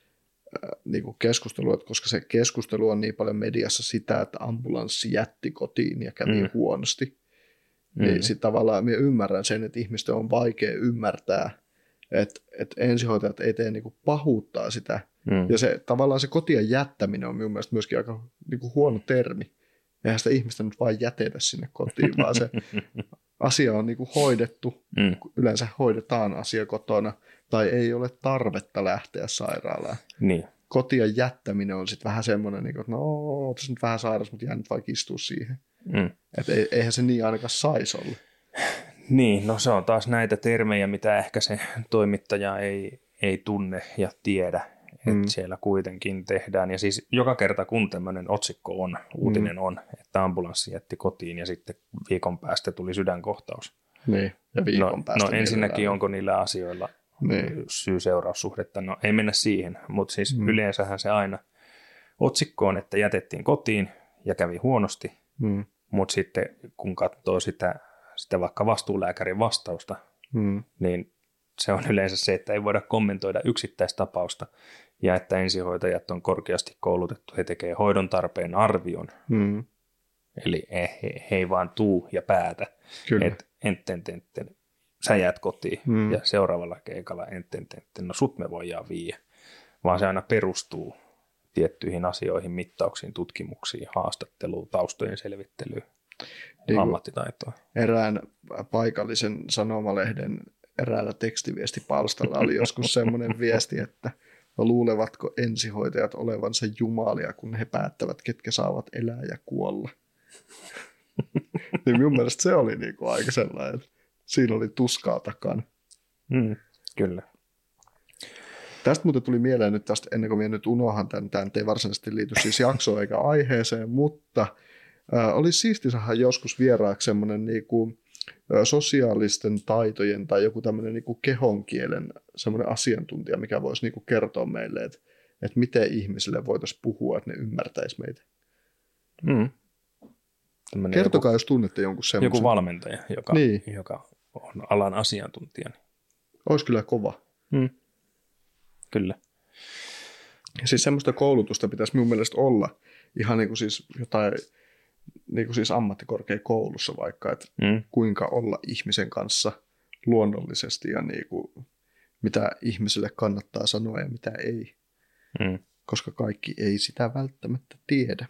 äh, niinku keskustelu, että koska se keskustelu on niin paljon mediassa sitä, että ambulanssi jätti kotiin ja kävi mm. huonosti, mm. niin sitten tavallaan minä ymmärrän sen, että ihmisten on vaikea ymmärtää, että, että ensihoitajat ei tee niinku pahuuttaa sitä. Mm. Ja se tavallaan se kotien jättäminen on minun mielestä myöskin aika niinku huono termi. Eihän sitä ihmistä nyt vain jätetä sinne kotiin, vaan se asia on niinku hoidettu. Mm. Yleensä hoidetaan asia kotona, tai ei ole tarvetta lähteä sairaalaan.
Niin.
Kotien jättäminen on sitten vähän semmoinen, että no, ootko nyt vähän sairas, mutta jää nyt vaikka istua siihen. Mm. Että eihän se niin ainakaan saisi olla.
Niin, no se on taas näitä termejä, mitä ehkä se toimittaja ei, ei tunne ja tiedä. Että mm. siellä kuitenkin tehdään. Ja siis joka kerta, kun tämmöinen otsikko on, uutinen mm. on, että ambulanssi jätti kotiin ja sitten viikon päästä tuli sydänkohtaus.
Niin, ja viikon
no,
päästä.
No ensinnäkin elää. Onko niillä asioilla niin. syy-seuraussuhdetta? No ei mennä siihen, mutta siis mm. yleensähän se aina otsikko on, että jätettiin kotiin ja kävi huonosti. Mm. Mutta sitten kun katsoo sitä, sitä vaikka vastuulääkärin vastausta, mm. niin se on yleensä se, että ei voida kommentoida yksittäistapausta ja että ensihoitajat on korkeasti koulutettu, he tekevät hoidon tarpeen arvion. Mm. Eli he, he, he ei vaan tuu ja päätä, että enten, enten, sä jäät kotiin mm. ja seuraavalla keikalla enten, enten, no sut me voidaan viiä. Vaan se aina perustuu tiettyihin asioihin, mittauksiin, tutkimuksiin, haastatteluun, taustojen selvittelyyn, niin ammattitaitoon.
Erään paikallisen sanomalehden eräällä tekstiviestipalstalla oli joskus semmoinen viesti, että luulevatko ensihoitajat olevansa jumalia, kun he päättävät, ketkä saavat elää ja kuolla. Niin minun mielestä se oli niinku aika sellainen, että siinä oli tuskaa takana.
Mm, kyllä.
Tästä muuten tuli mieleen nyt tästä, ennen kuin minä nyt unohan tämän, tämä ei varsinaisesti liity siis jaksoon eikä aiheeseen, mutta äh, olisi siisti saada joskus vieraaksi semmoinen niinku sosiaalisten taitojen tai joku tämmöinen niinku kehonkielen semmoinen asiantuntija, mikä voisi niinku kertoa meille, että, että miten ihmisille voitaisiin puhua, että ne ymmärtäisi meitä.
Mm.
Kertokaa, joku, jos tunnette jonkun semmoisen.
Joku valmentaja, joka, niin. joka on alan asiantuntija.
Olisi kyllä kova.
Mm. Kyllä.
Siis semmoista koulutusta pitäisi minun mielestä olla ihan niin kuin siis jotain niin kuin siis ammattikorkeakoulussa vaikka, että mm. kuinka olla ihmisen kanssa luonnollisesti ja niin kuin, mitä ihmiselle kannattaa sanoa ja mitä ei, mm. koska kaikki ei sitä välttämättä tiedä.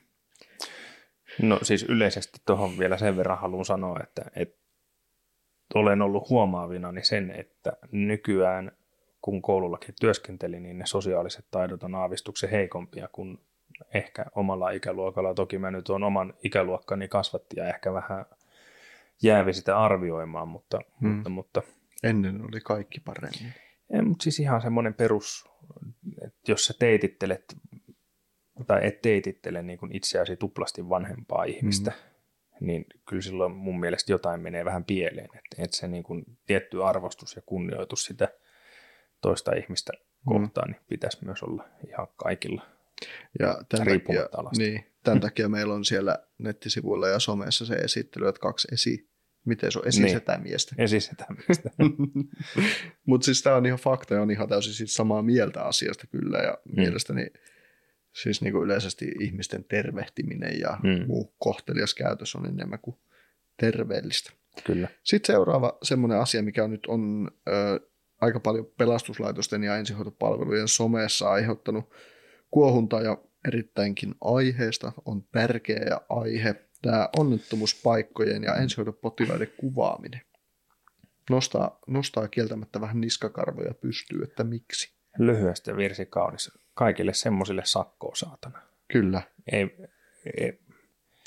No siis yleisesti tuohon vielä sen verran haluan sanoa, että, että olen ollut huomaavinani sen, että nykyään kun koulullakin työskentelin, niin ne sosiaaliset taidot on aavistuksen heikompia kuin ehkä omalla ikäluokalla. Toki mä nyt olen oman ikäluokkani kasvatti ja ehkä vähän jäävi sitä arvioimaan, mutta... Hmm. mutta, mutta
ennen oli kaikki paremmin.
Ei, mutta siis ihan semmoinen perus, että jos sä teitittelet tai et teitittele niin kuin itseäsi tuplasti vanhempaa ihmistä, hmm. niin kyllä silloin mun mielestä jotain menee vähän pieleen. Että et se niin kuin tietty arvostus ja kunnioitus sitä toista ihmistä kohtaan, hmm. niin pitäisi myös olla ihan kaikilla.
Ja tämän takia, niin, tämän takia meillä on siellä nettisivuilla ja somessa se esittely, että kaksi esi, miten se on, esisetämiestä.
Niin, esisetämiestä.
Mutta siis tämä on ihan fakta ja on ihan täysin siis samaa mieltä asiasta kyllä ja mm. mielestäni siis niin kuin yleisesti ihmisten tervehtiminen ja mm. muu kohtelias käytös on enemmän kuin terveellistä.
Kyllä.
Sitten seuraava semmoinen asia, mikä nyt on ö, aika paljon pelastuslaitosten ja ensihoitopalvelujen somessa aiheuttanut kuohuntaa ja erittäinkin aiheesta, on tärkeä aihe, tämä onnettomuuspaikkojen ja ensihoitopotilaiden kuvaaminen. Nostaa, nostaa kieltämättä vähän niskakarvoja pystyy, että miksi.
Lyhyesti virsi kaunis. Kaikille semmoisille sakkoa saatana.
Kyllä.
Ei, ei,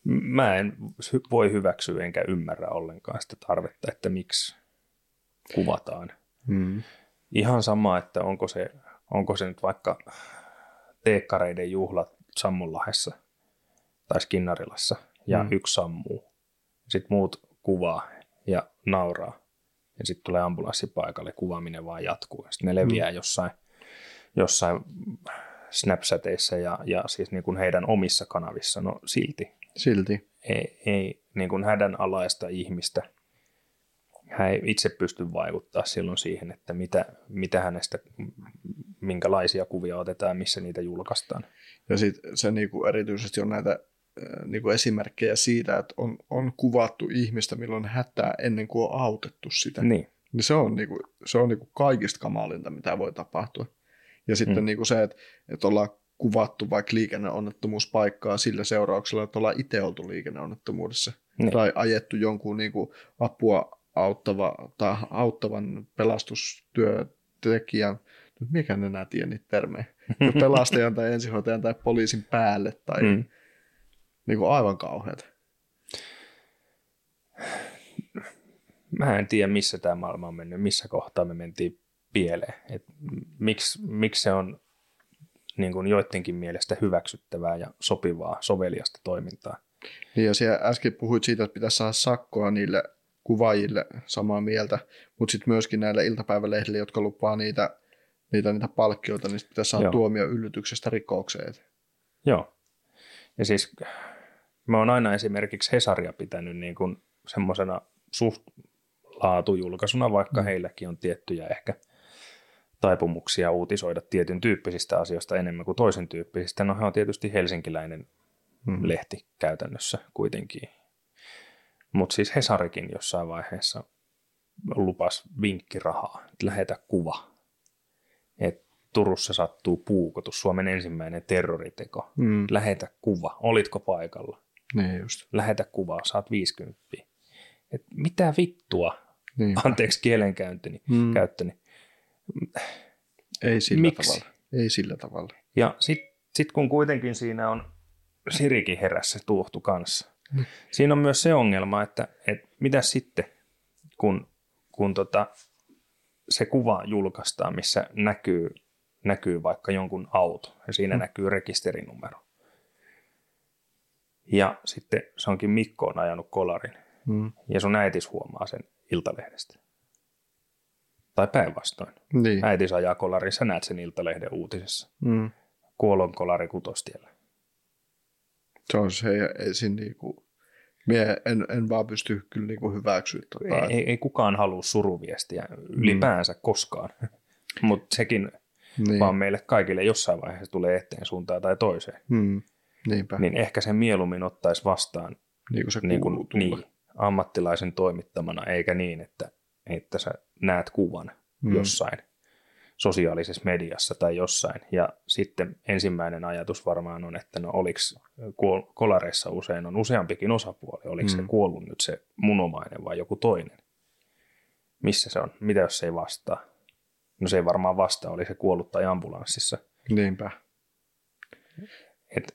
Mä en voi hyväksyä enkä ymmärrä ollenkaan sitä tarvetta, että miksi kuvataan. Mm. Ihan sama, että onko se, onko se nyt vaikka teekkareiden juhlat Sammonlahdessa tai Skinnarilassa ja mm. yksi sammuu. Sitten muut kuvaa ja nauraa. Ja sitten tulee ambulanssi paikalle, kuvaaminen vaan jatkuu. Sitten ne leviää mm. jossain, jossain Snapchateissa ja, ja siis niin kuin heidän omissa kanavissa. No silti.
Silti.
Ei, ei niin kuin hädänalaista ihmistä. Hän ei itse pysty vaikuttaa silloin siihen, että mitä, mitä hänestä, minkälaisia kuvia otetaan, missä niitä julkaistaan.
Ja sitten se niinku erityisesti on näitä niinku esimerkkejä siitä, että on, on kuvattu ihmistä, milloin hätää ennen kuin on autettu sitä.
Niin.
Niin se on, niinku, se on niinku kaikista kamalinta, mitä voi tapahtua. Ja sitten mm. niinku se, että, että ollaan kuvattu vaikka liikenneonnettomuuspaikkaa sillä seurauksella, että ollaan itse oltu liikenneonnettomuudessa. Niin. Tai ajettu jonkun niinku apua auttava, tai auttavan pelastustyötekijän, nyt mikä en enää tiedä niitä termejä, pelastajan tai ensihoitajan tai poliisin päälle, tai mm. niin kuin aivan kauheat.
Mä en tiedä, missä tämä maailma on mennyt, missä kohtaa me mentiin pieleen. Et miksi, miksi se on niin kuin joidenkin mielestä hyväksyttävää ja sopivaa, soveliasta toimintaa.
Niin ja siellä äsken puhuit siitä, että pitäisi saada sakkoa niille kuvaajille, samaa mieltä, mutta sitten myöskin näille iltapäivälehdille, jotka lupaa niitä, niitä, niitä palkkioita, niin pitäisi saada Joo. tuomio yllytyksestä rikokseen.
Joo. Ja siis mä oon aina esimerkiksi Hesaria pitänyt niin kuin semmoisena suht laatujulkaisuna, vaikka mm. heilläkin on tiettyjä ehkä taipumuksia uutisoida tietyn tyyppisistä asioista enemmän kuin toisen tyyppisistä. No he on tietysti helsinkiläinen mm. lehti käytännössä kuitenkin. Mutta siis Hesarikin jossain vaiheessa lupasi vinkkirahaa, että lähetä kuva. Että Turussa sattuu puukotus, Suomen ensimmäinen terroriteko. Mm. Lähetä kuva, olitko paikalla?
Niin just.
Lähetä kuva, saat viisikymmentä. Et mitä vittua,
Niinpä.
anteeksi kielenkäyttöni. Mm. Käyttöni.
Ei sillä
Miksi?
tavalla. Ei sillä tavalla.
Ja sitten sit kun kuitenkin siinä on Sirikin herässä tuohtu kanssa. Mm. Siinä on myös se ongelma, että, että mitä sitten, kun, kun tota, se kuva julkaistaan, missä näkyy, näkyy vaikka jonkun auto ja siinä mm. näkyy rekisterinumero. Ja sitten se onkin Mikko on ajanut kolarin mm. ja sun äitis huomaa sen Iltalehdestä. Tai päinvastoin.
Niin.
Äitis ajaa kolarin, sä näet sen Iltalehden uutisessa. Mm. Kuolon kolari Kutostiellä.
Se on se, ei siinä niinku, mie en, en vaan pysty kyllä niinku hyväksyä. Tota,
ei, ei, ei kukaan halua suruviestiä ylipäänsä mm. koskaan, mutta sekin niin. vaan meille kaikille jossain vaiheessa tulee eteen suuntaan tai toiseen.
Mm. Niinpä.
Niin ehkä se mieluummin ottaisi vastaan
niin kuin se
niin kuin, niin, ammattilaisen toimittamana, eikä niin, että, että sä näet kuvan mm. jossain sosiaalisessa mediassa tai jossain. Ja sitten ensimmäinen ajatus varmaan on, että no oliko kolareissa usein on useampikin osapuoli, oliko mm. se kuollut nyt se mun omainen vai joku toinen? Missä se on? Mitä jos se ei vastaa? No se ei varmaan vastaa, oli se kuollut tai ambulanssissa.
Niinpä.
Et,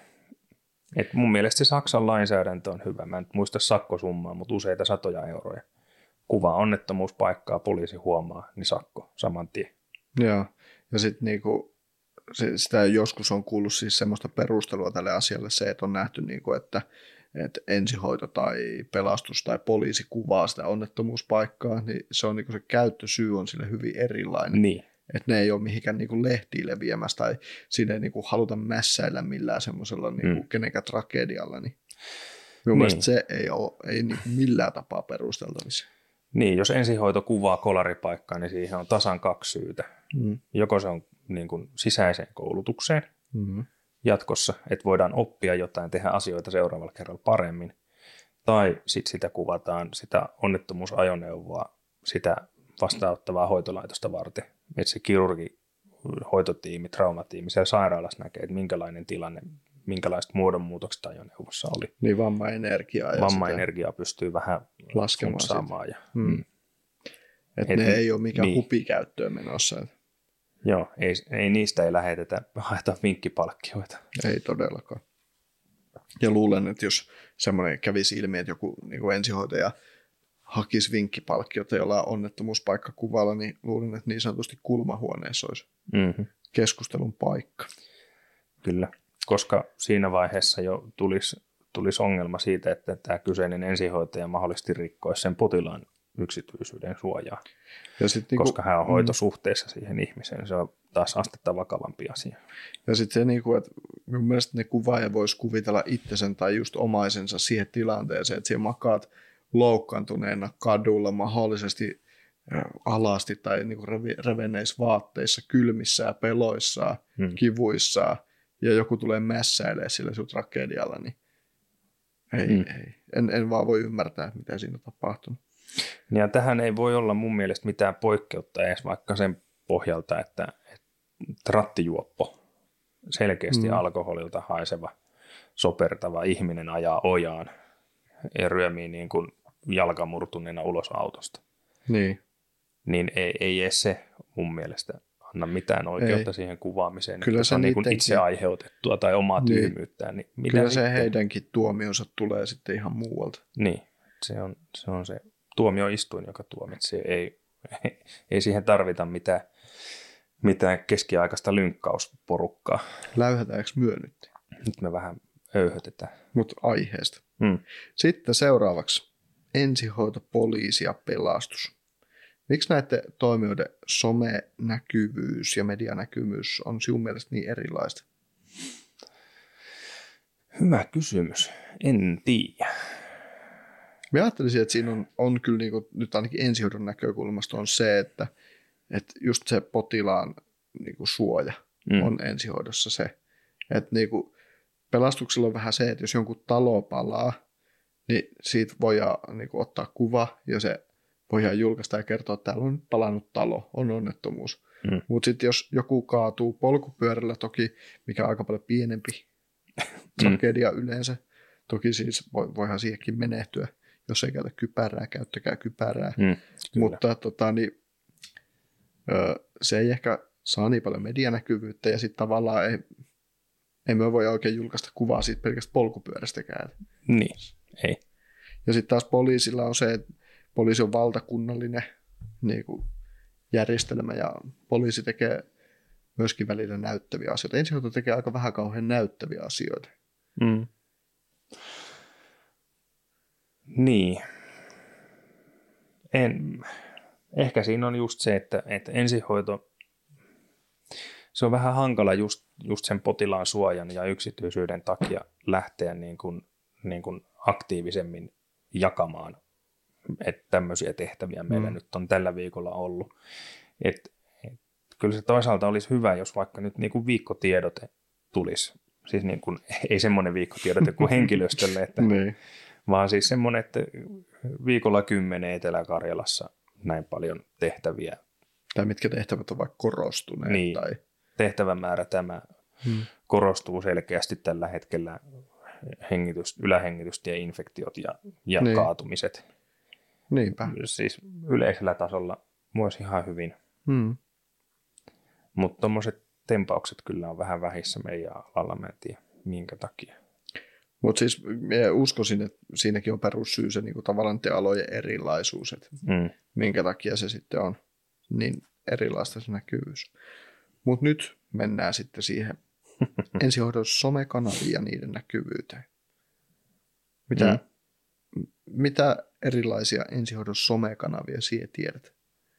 et mun mielestä se Saksan lainsäädäntö on hyvä. Mä en muista sakkosummaa, mutta useita satoja euroja. Kuva onnettomuuspaikkaa, poliisi huomaa, niin sakko saman tien.
Joo, ja sitten niinku, se, sitä joskus on kuullut siis semmoista perustelua tälle asialle se, että on nähty, niinku, että, että ensihoito tai pelastus tai poliisi kuvaa sitä onnettomuuspaikkaa, niin se on niinku se käyttösyy on sille hyvin erilainen.
Niin.
Että ne ei ole mihinkään niinku lehtiin leviämässä tai siinä ei niinku haluta mässäillä millään semmoisella niinku mm. kenenkään tragedialla. Niin minun niin. mielestä se ei ole ei niinku millään tapaa perusteltavissa.
Niin, jos ensihoito kuvaa kolaripaikkaa, niin siihen on tasan kaksi syytä. Mm. Joko se on niin kuin sisäiseen koulutukseen mm. jatkossa, että voidaan oppia jotain, tehdä asioita seuraavalla kerralla paremmin. Tai sitten sitä kuvataan sitä onnettomuusajoneuvoa, sitä vastaanottavaa hoitolaitosta varten. Että se kirurgi, hoitotiimi, traumatiimi siellä sairaalassa näkee, että minkälainen tilanne, minkälaiset muodonmuutokset ajoneuvossa oli.
Niin vammaenergiaa.
Vammaenergiaa pystyy vähän laskemaan. Ja,
hmm. mm. Että et, ne ei ole mikään niin. hupikäyttöön menossa.
Joo, ei, ei niistä ei lähetetä, haeta vinkkipalkkioita.
Ei todellakaan. Ja luulen, että jos semmoinen kävisi ilmi, että joku niin kuin ensihoitaja hakisi vinkkipalkkiota jollain onnettomuuspaikkakuvalla, niin luulen, että niin sanotusti kulmahuoneessa olisi
Mm-hmm.
keskustelun paikka.
Kyllä, koska siinä vaiheessa jo tulisi, tulisi ongelma siitä, että tämä kyseinen ensihoitaja mahdollisesti rikkoisi sen potilaan yksityisyyden suojaa,
Ja sit niinku,
koska hän on hoitosuhteessa siihen ihmiseen. Se on taas astetta vakavampi asia.
Ja sitten se, niinku, että mun mielestä ne kuvaaja voisi kuvitella itsensä tai just omaisensa siihen tilanteeseen, että siellä makaat loukkaantuneena kadulla mahdollisesti alasti tai niinku revenneissä vaatteissa, kylmissä ja peloissaan, hmm. kivuissaan, ja joku tulee mässäilemään sille sut tragedialla, niin ei, hmm. ei. En, en vaan voi ymmärtää, mitä siinä on tapahtunut.
Ja tähän ei voi olla mun mielestä mitään poikkeutta edes vaikka sen pohjalta, että, että rattijuoppo, selkeästi hmm. alkoholilta haiseva, sopertava ihminen ajaa ojaan ja ryömii niin kuin jalkamurtuneena ulos autosta.
Niin.
Niin ei, ei edes se mun mielestä anna mitään oikeutta ei. Siihen kuvaamiseen.
Kyllä
se on niin kuin itse aiheutettua tai omaa
niin.
tyhmyyttään. Niin
Kyllä se heidänkin tuomionsa tulee sitten ihan muualta.
Niin, se on se, on se tuomioistuin, joka tuomitsee. Ei, ei siihen tarvita mitään, mitään keskiaikaista lynkkausporukkaa.
Läyhätäänkö myö nyt?
Nyt me vähän öyhötetään.
Mutta aiheesta.
Hmm.
Sitten seuraavaksi ensihoito, poliisi ja pelastus. Miksi näiden toimijoiden somenäkyvyys ja medianäkyvyys on sinun mielestä niin erilaista?
Hyvä kysymys. En tiedä.
Mä ajattelisin, että siinä on, on kyllä niin kuin, nyt ainakin ensihoidon näkökulmasta on se, että, että just se potilaan niin kuin suoja mm. on ensihoidossa se. Että niin kuin, pelastuksella on vähän se, että jos jonkun talo palaa, niin siitä voidaan niin kuin, ottaa kuva ja se voidaan julkaista ja kertoa, että täällä on nyt palannut talo, on onnettomuus. Mm. Mutta sitten jos joku kaatuu polkupyörällä toki, mikä on aika paljon pienempi tragedia mm. yleensä, toki siis voihan siihenkin menehtyä, jos ei käytä kypärää, käyttäkää kypärää. Mm, mutta tota, niin, se ei ehkä saa niin paljon medianäkyvyyttä ja sitten tavallaan ei, ei me voi oikein julkaista kuvaa siitä pelkästä polkupyörästäkään.
Niin, ei.
Ja sitten taas poliisilla on se, että poliisi on valtakunnallinen niin kuin järjestelmä ja poliisi tekee myöskin välillä näyttäviä asioita. Ensihoito tekee aika vähän kauhean näyttäviä asioita.
Mm. Niin. En, ehkä siinä on just se, että, että ensihoito, se on vähän hankala just, just sen potilaan suojan ja yksityisyyden takia lähteä niin kuin, niin kuin aktiivisemmin jakamaan, että tämmöisiä tehtäviä meillä mm. nyt on tällä viikolla ollut. Et, et, kyllä se toisaalta olisi hyvä, jos vaikka nyt niin kuin viikkotiedote tulisi. Siis niin kuin, ei semmoinen viikkotiedote kuin henkilöstölle, että, niin. vaan siis semmoinen, että viikolla kymmenen Etelä-Karjalassa näin paljon tehtäviä.
Tai mitkä tehtävät on vaikka korostuneet.
Niin,
tai...
tehtävämäärä tämä hmm. korostuu selkeästi tällä hetkellä. Hengitys, ylähengitystieinfektiot ja, ja niin. kaatumiset.
Niinpä.
Siis yleisellä tasolla myös ihan hyvin.
Hmm.
Mutta tuommoiset tempaukset kyllä on vähän vähissä meidän alalla, mä en tiedä minkä takia.
Mutta siis uskoisin, että siinäkin on perussyy se niinku tavallaan te alojen erilaisuus, että hmm. minkä takia se sitten on niin erilaista se näkyvyys. Mutta nyt mennään sitten siihen ensihoidon somekanaviin ja niiden näkyvyyteen. Mitä, mm. mitä erilaisia ensihoidon somekanavia siihen tiedät?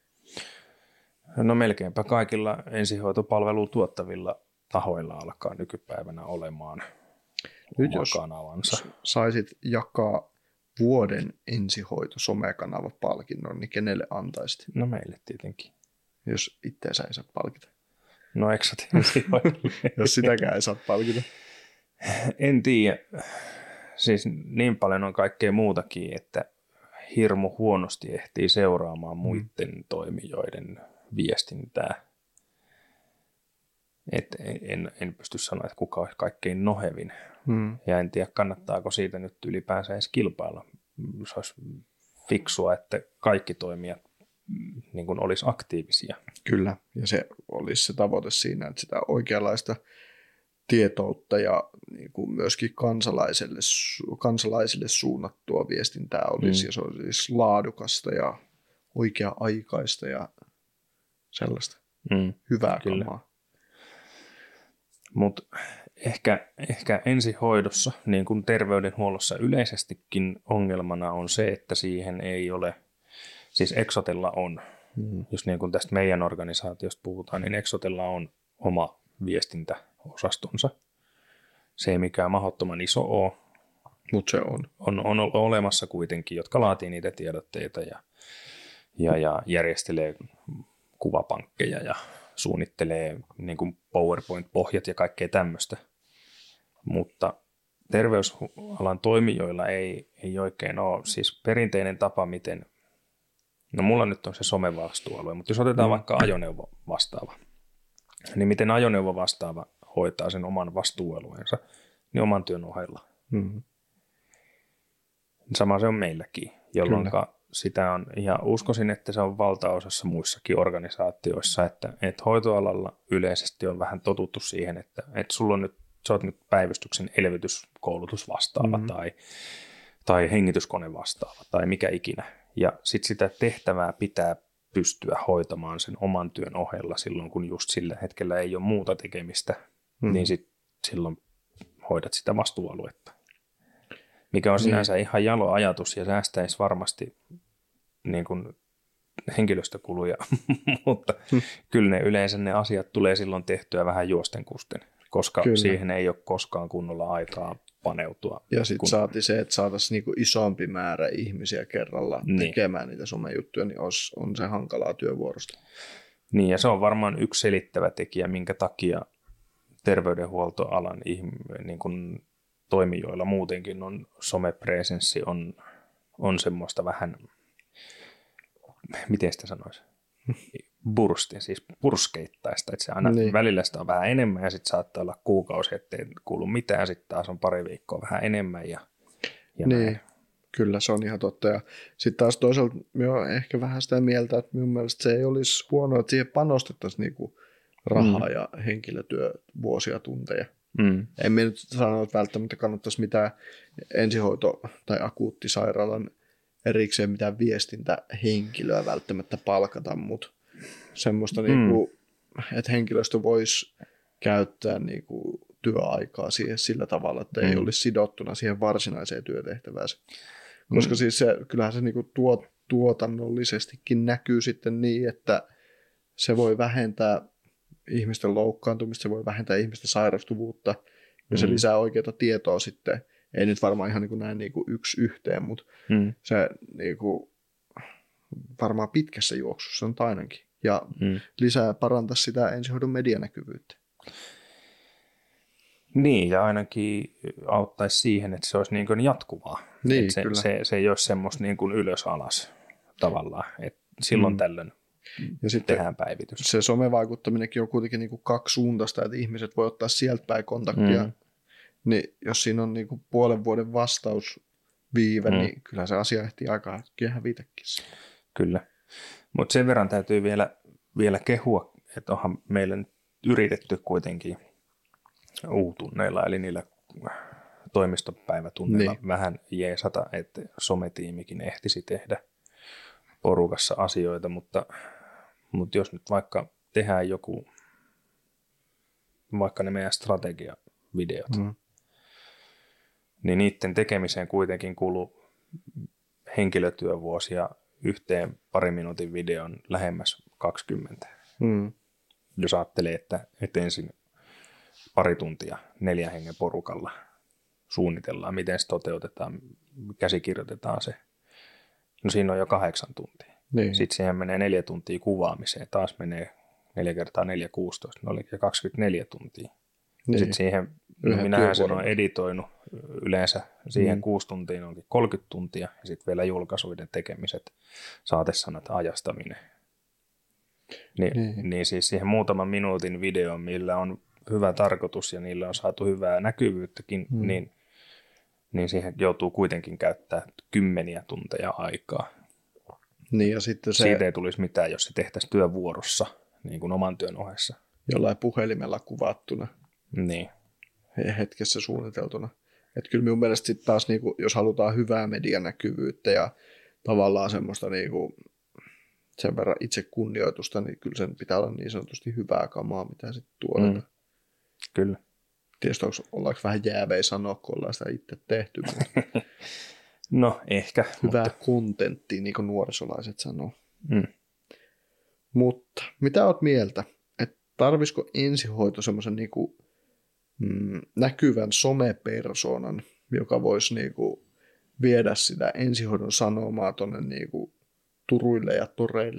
No melkeinpä kaikilla ensihoitopalvelua tuottavilla tahoilla alkaa nykypäivänä olemaan
nyt
oma
jos
kanavansa.
Saisit jakaa vuoden ensihoito somekanava palkinnon, niin kenelle antaisit?
No meille tietenkin.
Jos itseänsä ei saa palkita.
No eksat ensihoidolle.
Jos sitäkään ei saa palkita.
En tiedä. Siis niin paljon on kaikkea muutakin, että hirmu huonosti ehtii seuraamaan muiden mm. toimijoiden viestintää. Et en, en pysty sanoa, että kuka olisi kaikkein nohevin. Mm. Ja en tiedä, kannattaako siitä nyt ylipäänsä edes kilpailla. Se olisi fiksua, että kaikki toimijat niin kuin olisi aktiivisia.
Kyllä, ja se olisi se tavoite siinä, että sitä oikeanlaista tietoutta ja niin kuin myöskin kansalaisille, kansalaisille suunnattua viestintää olisi. Mm. Ja se olisi siis laadukasta ja oikea-aikaista ja sellaista mm. hyvää
Kyllä.
kamaa.
Mutta ehkä, ehkä ensihoidossa, niin kuin terveydenhuollossa yleisestikin ongelmana on se, että siihen ei ole, siis Exotella on, mm. jos niin kuin tästä meidän organisaatiosta puhutaan, niin Exotella on oma viestintäosastonsa. Se ei mikään mahdottoman iso ole.
Mutta se on.
on. On olemassa kuitenkin, jotka laatii niitä tiedotteita ja, ja, ja järjestelee kuvapankkeja ja suunnittelee niin kuin PowerPoint-pohjat ja kaikkea tämmöistä. Mutta terveysalan toimijoilla ei, ei oikein ole siis perinteinen tapa, miten, no mulla nyt on se somevastuualue, mutta jos otetaan mm. vaikka ajoneuvo vastaava, niin miten ajoneuvo vastaava hoitaa sen oman vastuualueensa, niin oman työn ohella.
Mm.
Sama se on meilläkin, jolloin sitä on, ja uskoisin, että se on valtaosassa muissakin organisaatioissa, että, että hoitoalalla yleisesti on vähän totuttu siihen, että, että sulla on nyt, sä oot nyt päivystyksen elvytyskoulutus vastaava mm-hmm. tai, tai hengityskone vastaava tai mikä ikinä. Ja sitten sitä tehtävää pitää pystyä hoitamaan sen oman työn ohella silloin, kun just sillä hetkellä ei ole muuta tekemistä, mm-hmm. niin sit silloin hoidat sitä vastuualuetta. Mikä on sinänsä niin. ihan jalo ajatus ja säästäisi varmasti niin kuin henkilöstökuluja, mutta hmm. kyllä ne yleensä ne asiat tulee silloin tehtyä vähän juosten kusten, koska kyllä. siihen ei ole koskaan kunnolla aikaa paneutua.
Ja sitten
kun...
saati se, että saataisiin niinku isompi määrä ihmisiä kerralla niin. tekemään niitä somejuttuja, niin on se hankalaa työvuorosta.
Niin, ja se on varmaan yksi selittävä tekijä, minkä takia terveydenhuoltoalan niin kuin toimijoilla muutenkin on somepresenssi, on, on semmoista vähän, miten sitä sanoisi, burstin, siis purskeittaista, että se aina niin. välillä sitä on vähän enemmän ja sitten saattaa olla kuukausi, ettei kuulu mitään, sitten taas on pari viikkoa vähän enemmän ja, ja
niin.
näin.
Kyllä, se on ihan totta. Ja sitten taas toisaalta minä olen ehkä vähän sitä mieltä, että minun mielestä se ei olisi huonoa, että siihen panostettaisiin niinku rahaa mm. ja henkilötyövuosia, tunteja. Mm. En minä nyt sano, että välttämättä kannattaisi mitään ensihoito- tai akuuttisairaalan erikseen mitään viestintähenkilöä välttämättä palkata, mutta semmoista, mm. niinku, että henkilöstö voisi käyttää niinku työaikaa siihen sillä tavalla, että mm. ei olisi sidottuna siihen varsinaiseen työtehtävään. Koska mm. siis se, kyllähän se niinku tuot, tuotannollisestikin näkyy sitten niin, että se voi vähentää ihmisten loukkaantumista, se voi vähentää ihmisten sairastuvuutta ja mm. se lisää oikeaa tietoa sitten. Ei nyt varmaan ihan niin kuin näin niin kuin yksi yhteen, mutta mm. se niin kuin, varmaan pitkässä juoksussa on ainakin. Ja mm. lisää parantaa sitä ensihoidon medianäkyvyyttä. Niin, ja ainakin auttaisi siihen, että se olisi niin kuin jatkuvaa. Niin,
se,
kyllä.
Se, se ei ole semmoista niin kuin ylös-alas tavallaan, että silloin mm. tällöin ja sitten tehdään päivitys.
Se somevaikuttaminenkin on kuitenkin niin kuin kaksisuuntaista, että ihmiset voi ottaa sieltä päin kontaktia. Mm. Niin jos siinä on niin kuin puolen vuoden vastausviive, mm. niin kyllä se asia ehtii aika äkkiä hävitäkin.
Kyllä, mutta sen verran täytyy vielä, vielä kehua, että onhan meillä nyt yritetty kuitenkin U-tunneilla, eli niillä toimistopäivätunneilla niin. vähän jeesata, että sometiimikin ehtisi tehdä porukassa asioita, mutta, mutta jos nyt vaikka tehdään joku, vaikka ne meidän strategiavideot, mm. niin niiden tekemiseen kuitenkin kuluu henkilötyövuosia yhteen parin minuutin videon lähemmäs kaksikymmentä. Mm. Jos ajattelee, että, että ensin pari tuntia neljän hengen porukalla suunnitellaan, miten se toteutetaan, käsikirjoitetaan se. No siinä on jo kahdeksan tuntia. Niin. Sitten siihen menee neljä tuntia kuvaamiseen. Taas menee neljä kertaa neljä, kuusitoista. No oli kaksikymmentäneljä tuntia. Niin. Ja sitten siihen, no minähän sen olen editoinut yleensä siihen mm. kuusi tuntia, onkin kolmekymmentä tuntia. Ja sitten vielä julkaisuiden tekemiset, saatesanat, ajastaminen. Ni, niin. niin siis siihen muutaman minuutin videoon, millä on hyvä tarkoitus ja niillä on saatu hyvää näkyvyyttäkin, mm. niin niin siihen joutuu kuitenkin käyttää kymmeniä tunteja aikaa.
Niin ja sitten se,
siitä ei tulisi mitään, jos se tehtäisiin työvuorossa, niin kuin oman työn ohessa.
Jollain puhelimella kuvattuna.
Niin.
hetkessä suunniteltuna. Että kyllä minun mielestä sitten taas, niinku, jos halutaan hyvää medianäkyvyyttä ja tavallaan semmoista niinku, sen verran itse kunnioitusta, niin kyllä sen pitää olla niin sanotusti hyvää kamaa, mitä sitten tuotetaan. Mm.
Kyllä.
Tietysti onko, ollaanko vähän jäävei sanoa, kun ollaan sitä itse tehty. Mutta
no ehkä.
Hyvää
mutta
kontenttia, niin kuin nuorisolaiset sanoo.
Mm.
Mutta mitä oot mieltä, että tarvisiko ensihoito semmoisen niinku, mm, näkyvän somepersonan, joka voisi niinku viedä sitä ensihoidon sanomaa tuonne niinku turuille ja toreille?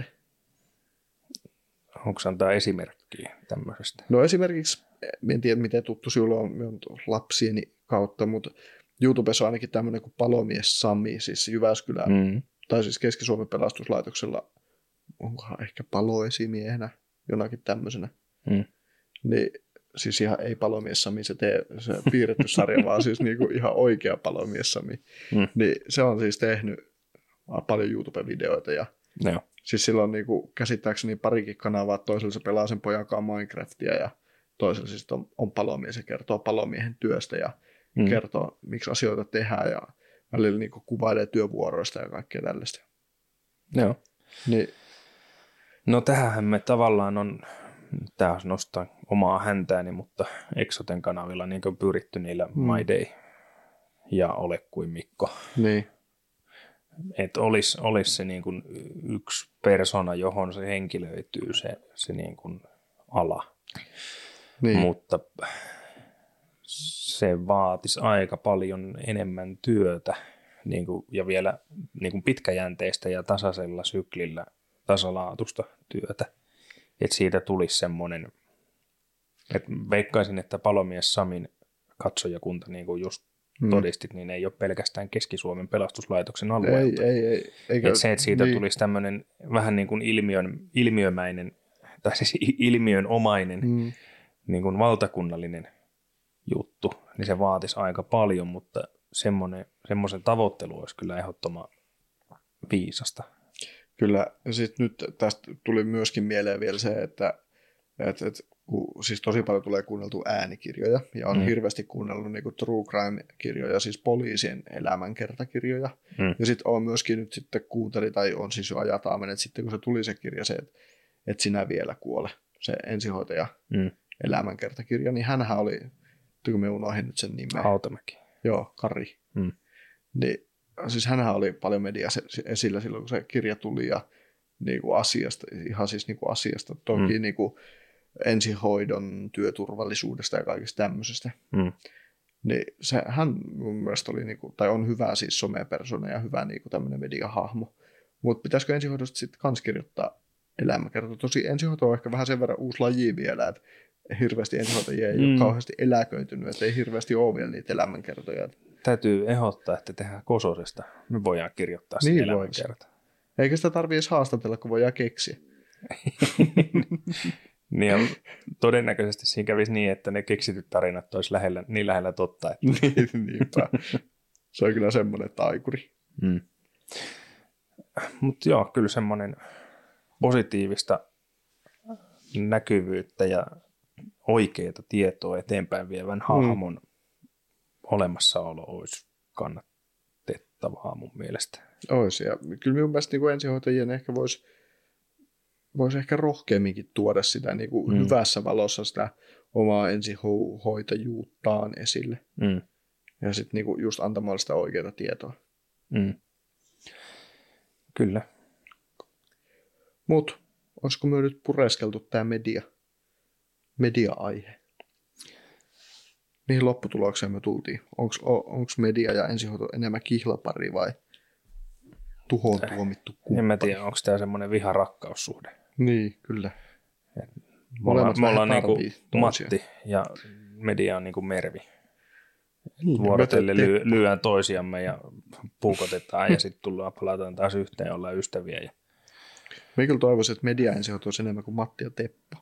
Onko antaa esimerkkiä tämmöisestä?
No esimerkiksi, en tiedä miten tuttu sinulla on, on lapsieni kautta, mutta YouTubessa on ainakin tämmöinen kuin Palomies Sami, siis Jyväskylän, mm. tai siis Keski-Suomen pelastuslaitoksella, onkohan ehkä paloesimiehenä, jonakin tämmöisenä. Mm. Niin siis ihan ei Palomies Sami, se, tee, se piirretty sarja, vaan siis niinku ihan oikea Palomies Sami. Mm. Niin se on siis tehnyt paljon YouTube-videoita ja no. Siis sillä on niinku käsittääkseni parikin kanavaa, toisella se pelaa sen pojan kanssa Minecraftia ja toisella siis on, on palomies ja kertoo palomiehen työstä ja mm. kertoo, miksi asioita tehdään ja välillä niinku kuvailee työvuoroista ja kaikkea tällaista.
Joo.
Niin.
No tämähän me tavallaan on, tämä nostaa omaa häntääni, mutta Exoten kanavilla niin on pyritty niillä mm. My Day ja Ole kuin Mikko.
Niin.
Että olisi olis se niin kuin yksi persona, johon se henkilöityy se, se niin kuin ala. Niin. Mutta se vaatisi aika paljon enemmän työtä niin kuin, ja vielä niin kuin pitkäjänteistä ja tasaisella syklillä tasalaatusta työtä. Että siitä tulisi semmoinen, että veikkaisin, että Palomies Samin katsojakunta, niin kuin just Hmm. todistit, niin ei ole pelkästään Keski-Suomen pelastuslaitoksen alueelta.
Ei, ei, ei. Eikä,
et se, että siitä
niin.
tulisi tämmöinen vähän niin kuin ilmiön, ilmiömäinen, tai siis ilmiönomainen hmm. niin kuin valtakunnallinen juttu, niin se vaatisi aika paljon, mutta semmoinen, semmoisen tavoittelu olisi kyllä ehdottoman viisasta.
Kyllä, ja sitten nyt tästä tuli myöskin mieleen vielä se, että, että, että kun siis tosi paljon tulee kuunneltua äänikirjoja, ja on mm. hirveästi kuunnellut niin kuin true crime-kirjoja, siis poliisien elämänkertakirjoja. Mm. Ja sitten on myöskin nyt sitten kuunteli, tai on siis jo ajataamen, että sitten kun se tuli se kirja, se, että, että sinä vielä kuole, se ensihoitaja mm. elämänkertakirja, niin hänhän oli, kun me unohdin nyt sen nimeä.
Hautamäki.
Joo, Kari. Mm. Niin, siis hänhän oli paljon mediassa esillä silloin, kun se kirja tuli, ja niin kuin asiasta, ihan siis niin kuin asiasta, toki mm. niin kuin ensihoidon työturvallisuudesta ja kaikista tämmöisestä. Mm. Niin se, hän mun mielestä oli, niinku, tai on hyvä siis somepersona ja hyvä niinku tämmöinen mediahahmo. Mutta pitäisikö ensihoidosta sitten kans kirjoittaa elämäkerta? Tosi ensihoito on ehkä vähän sen verran uusi laji vielä, että hirveästi ensihoitajia ei mm. ole kauheasti eläköitynyt, että ei hirveästi ole vielä niitä elämänkertoja.
Täytyy ehdottaa, että tehdään Kososesta. Me voidaan kirjoittaa sen niin elämänkerta.
Eikä sitä tarvitse edes haastatella, kun voidaan keksiä.
Niin todennäköisesti siinä kävisi niin, että ne keksityt tarinat olisi lähellä, niin lähellä totta. Että...
Niinpä. Se on kyllä semmoinen taikuri. Mm.
Mutta joo, kyllä semmoinen positiivista näkyvyyttä ja oikeaa tietoa eteenpäin vievän hahmon mm. olemassaolo olisi kannatettavaa mun mielestä.
Olisi, ja kyllä minun mielestä niin ensihoitajien ehkä voisi voisi ehkä rohkeamminkin tuoda sitä niin kuin mm. hyvässä valossa sitä omaa ensihoitajuuttaan esille. Mm. Ja sitten niin kuin just antamalla sitä oikeaa tietoa.
Mm. Kyllä.
Mutta olisiko me nyt pureskeltu tämä media, media-aihe? Mihin lopputulokseen me tultiin? Onko media ja ensihoito enemmän kihlapari vai tuhoon tuomittu kumppani?
En mä tiedä, onko tämä semmoinen viha-rakkaussuhde.
Niin, kyllä.
Me ollaan, me ollaan niinku Matti ja media on niinku Mervi. Niin, vuorotellen lyö, lyödään toisiamme ja puukotetaan ja sitten tullaan palataan taas yhteen ja ollaan ystäviä. Ja...
Me kyllä toivoisin, että media ensihoito olisi enemmän kuin Matti ja Teppo.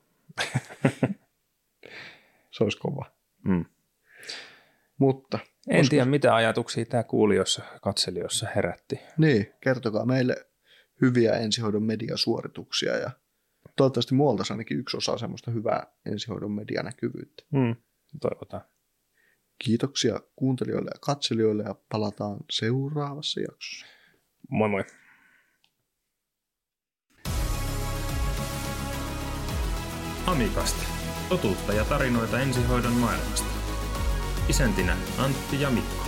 Se olisi kova. Mm. Mutta...
En koska... tiedä, mitä ajatuksia tämä kuulijoissa, katselijoissa herätti.
Niin, kertokaa meille hyviä ensihoidon mediasuorituksia ja toivottavasti muualta ainakin yksi osa semmoista hyvää ensihoidon medianäkyvyyttä.
Mm, toivotaan.
Kiitoksia kuuntelijoille ja katselijoille ja palataan seuraavassa jaksossa.
Moi moi.
Amikast. Totuutta ja tarinoita ensihoidon maailmasta. Isäntinä Antti ja Mikko.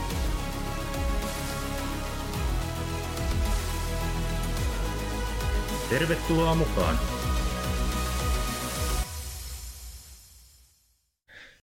Tervetuloa mukaan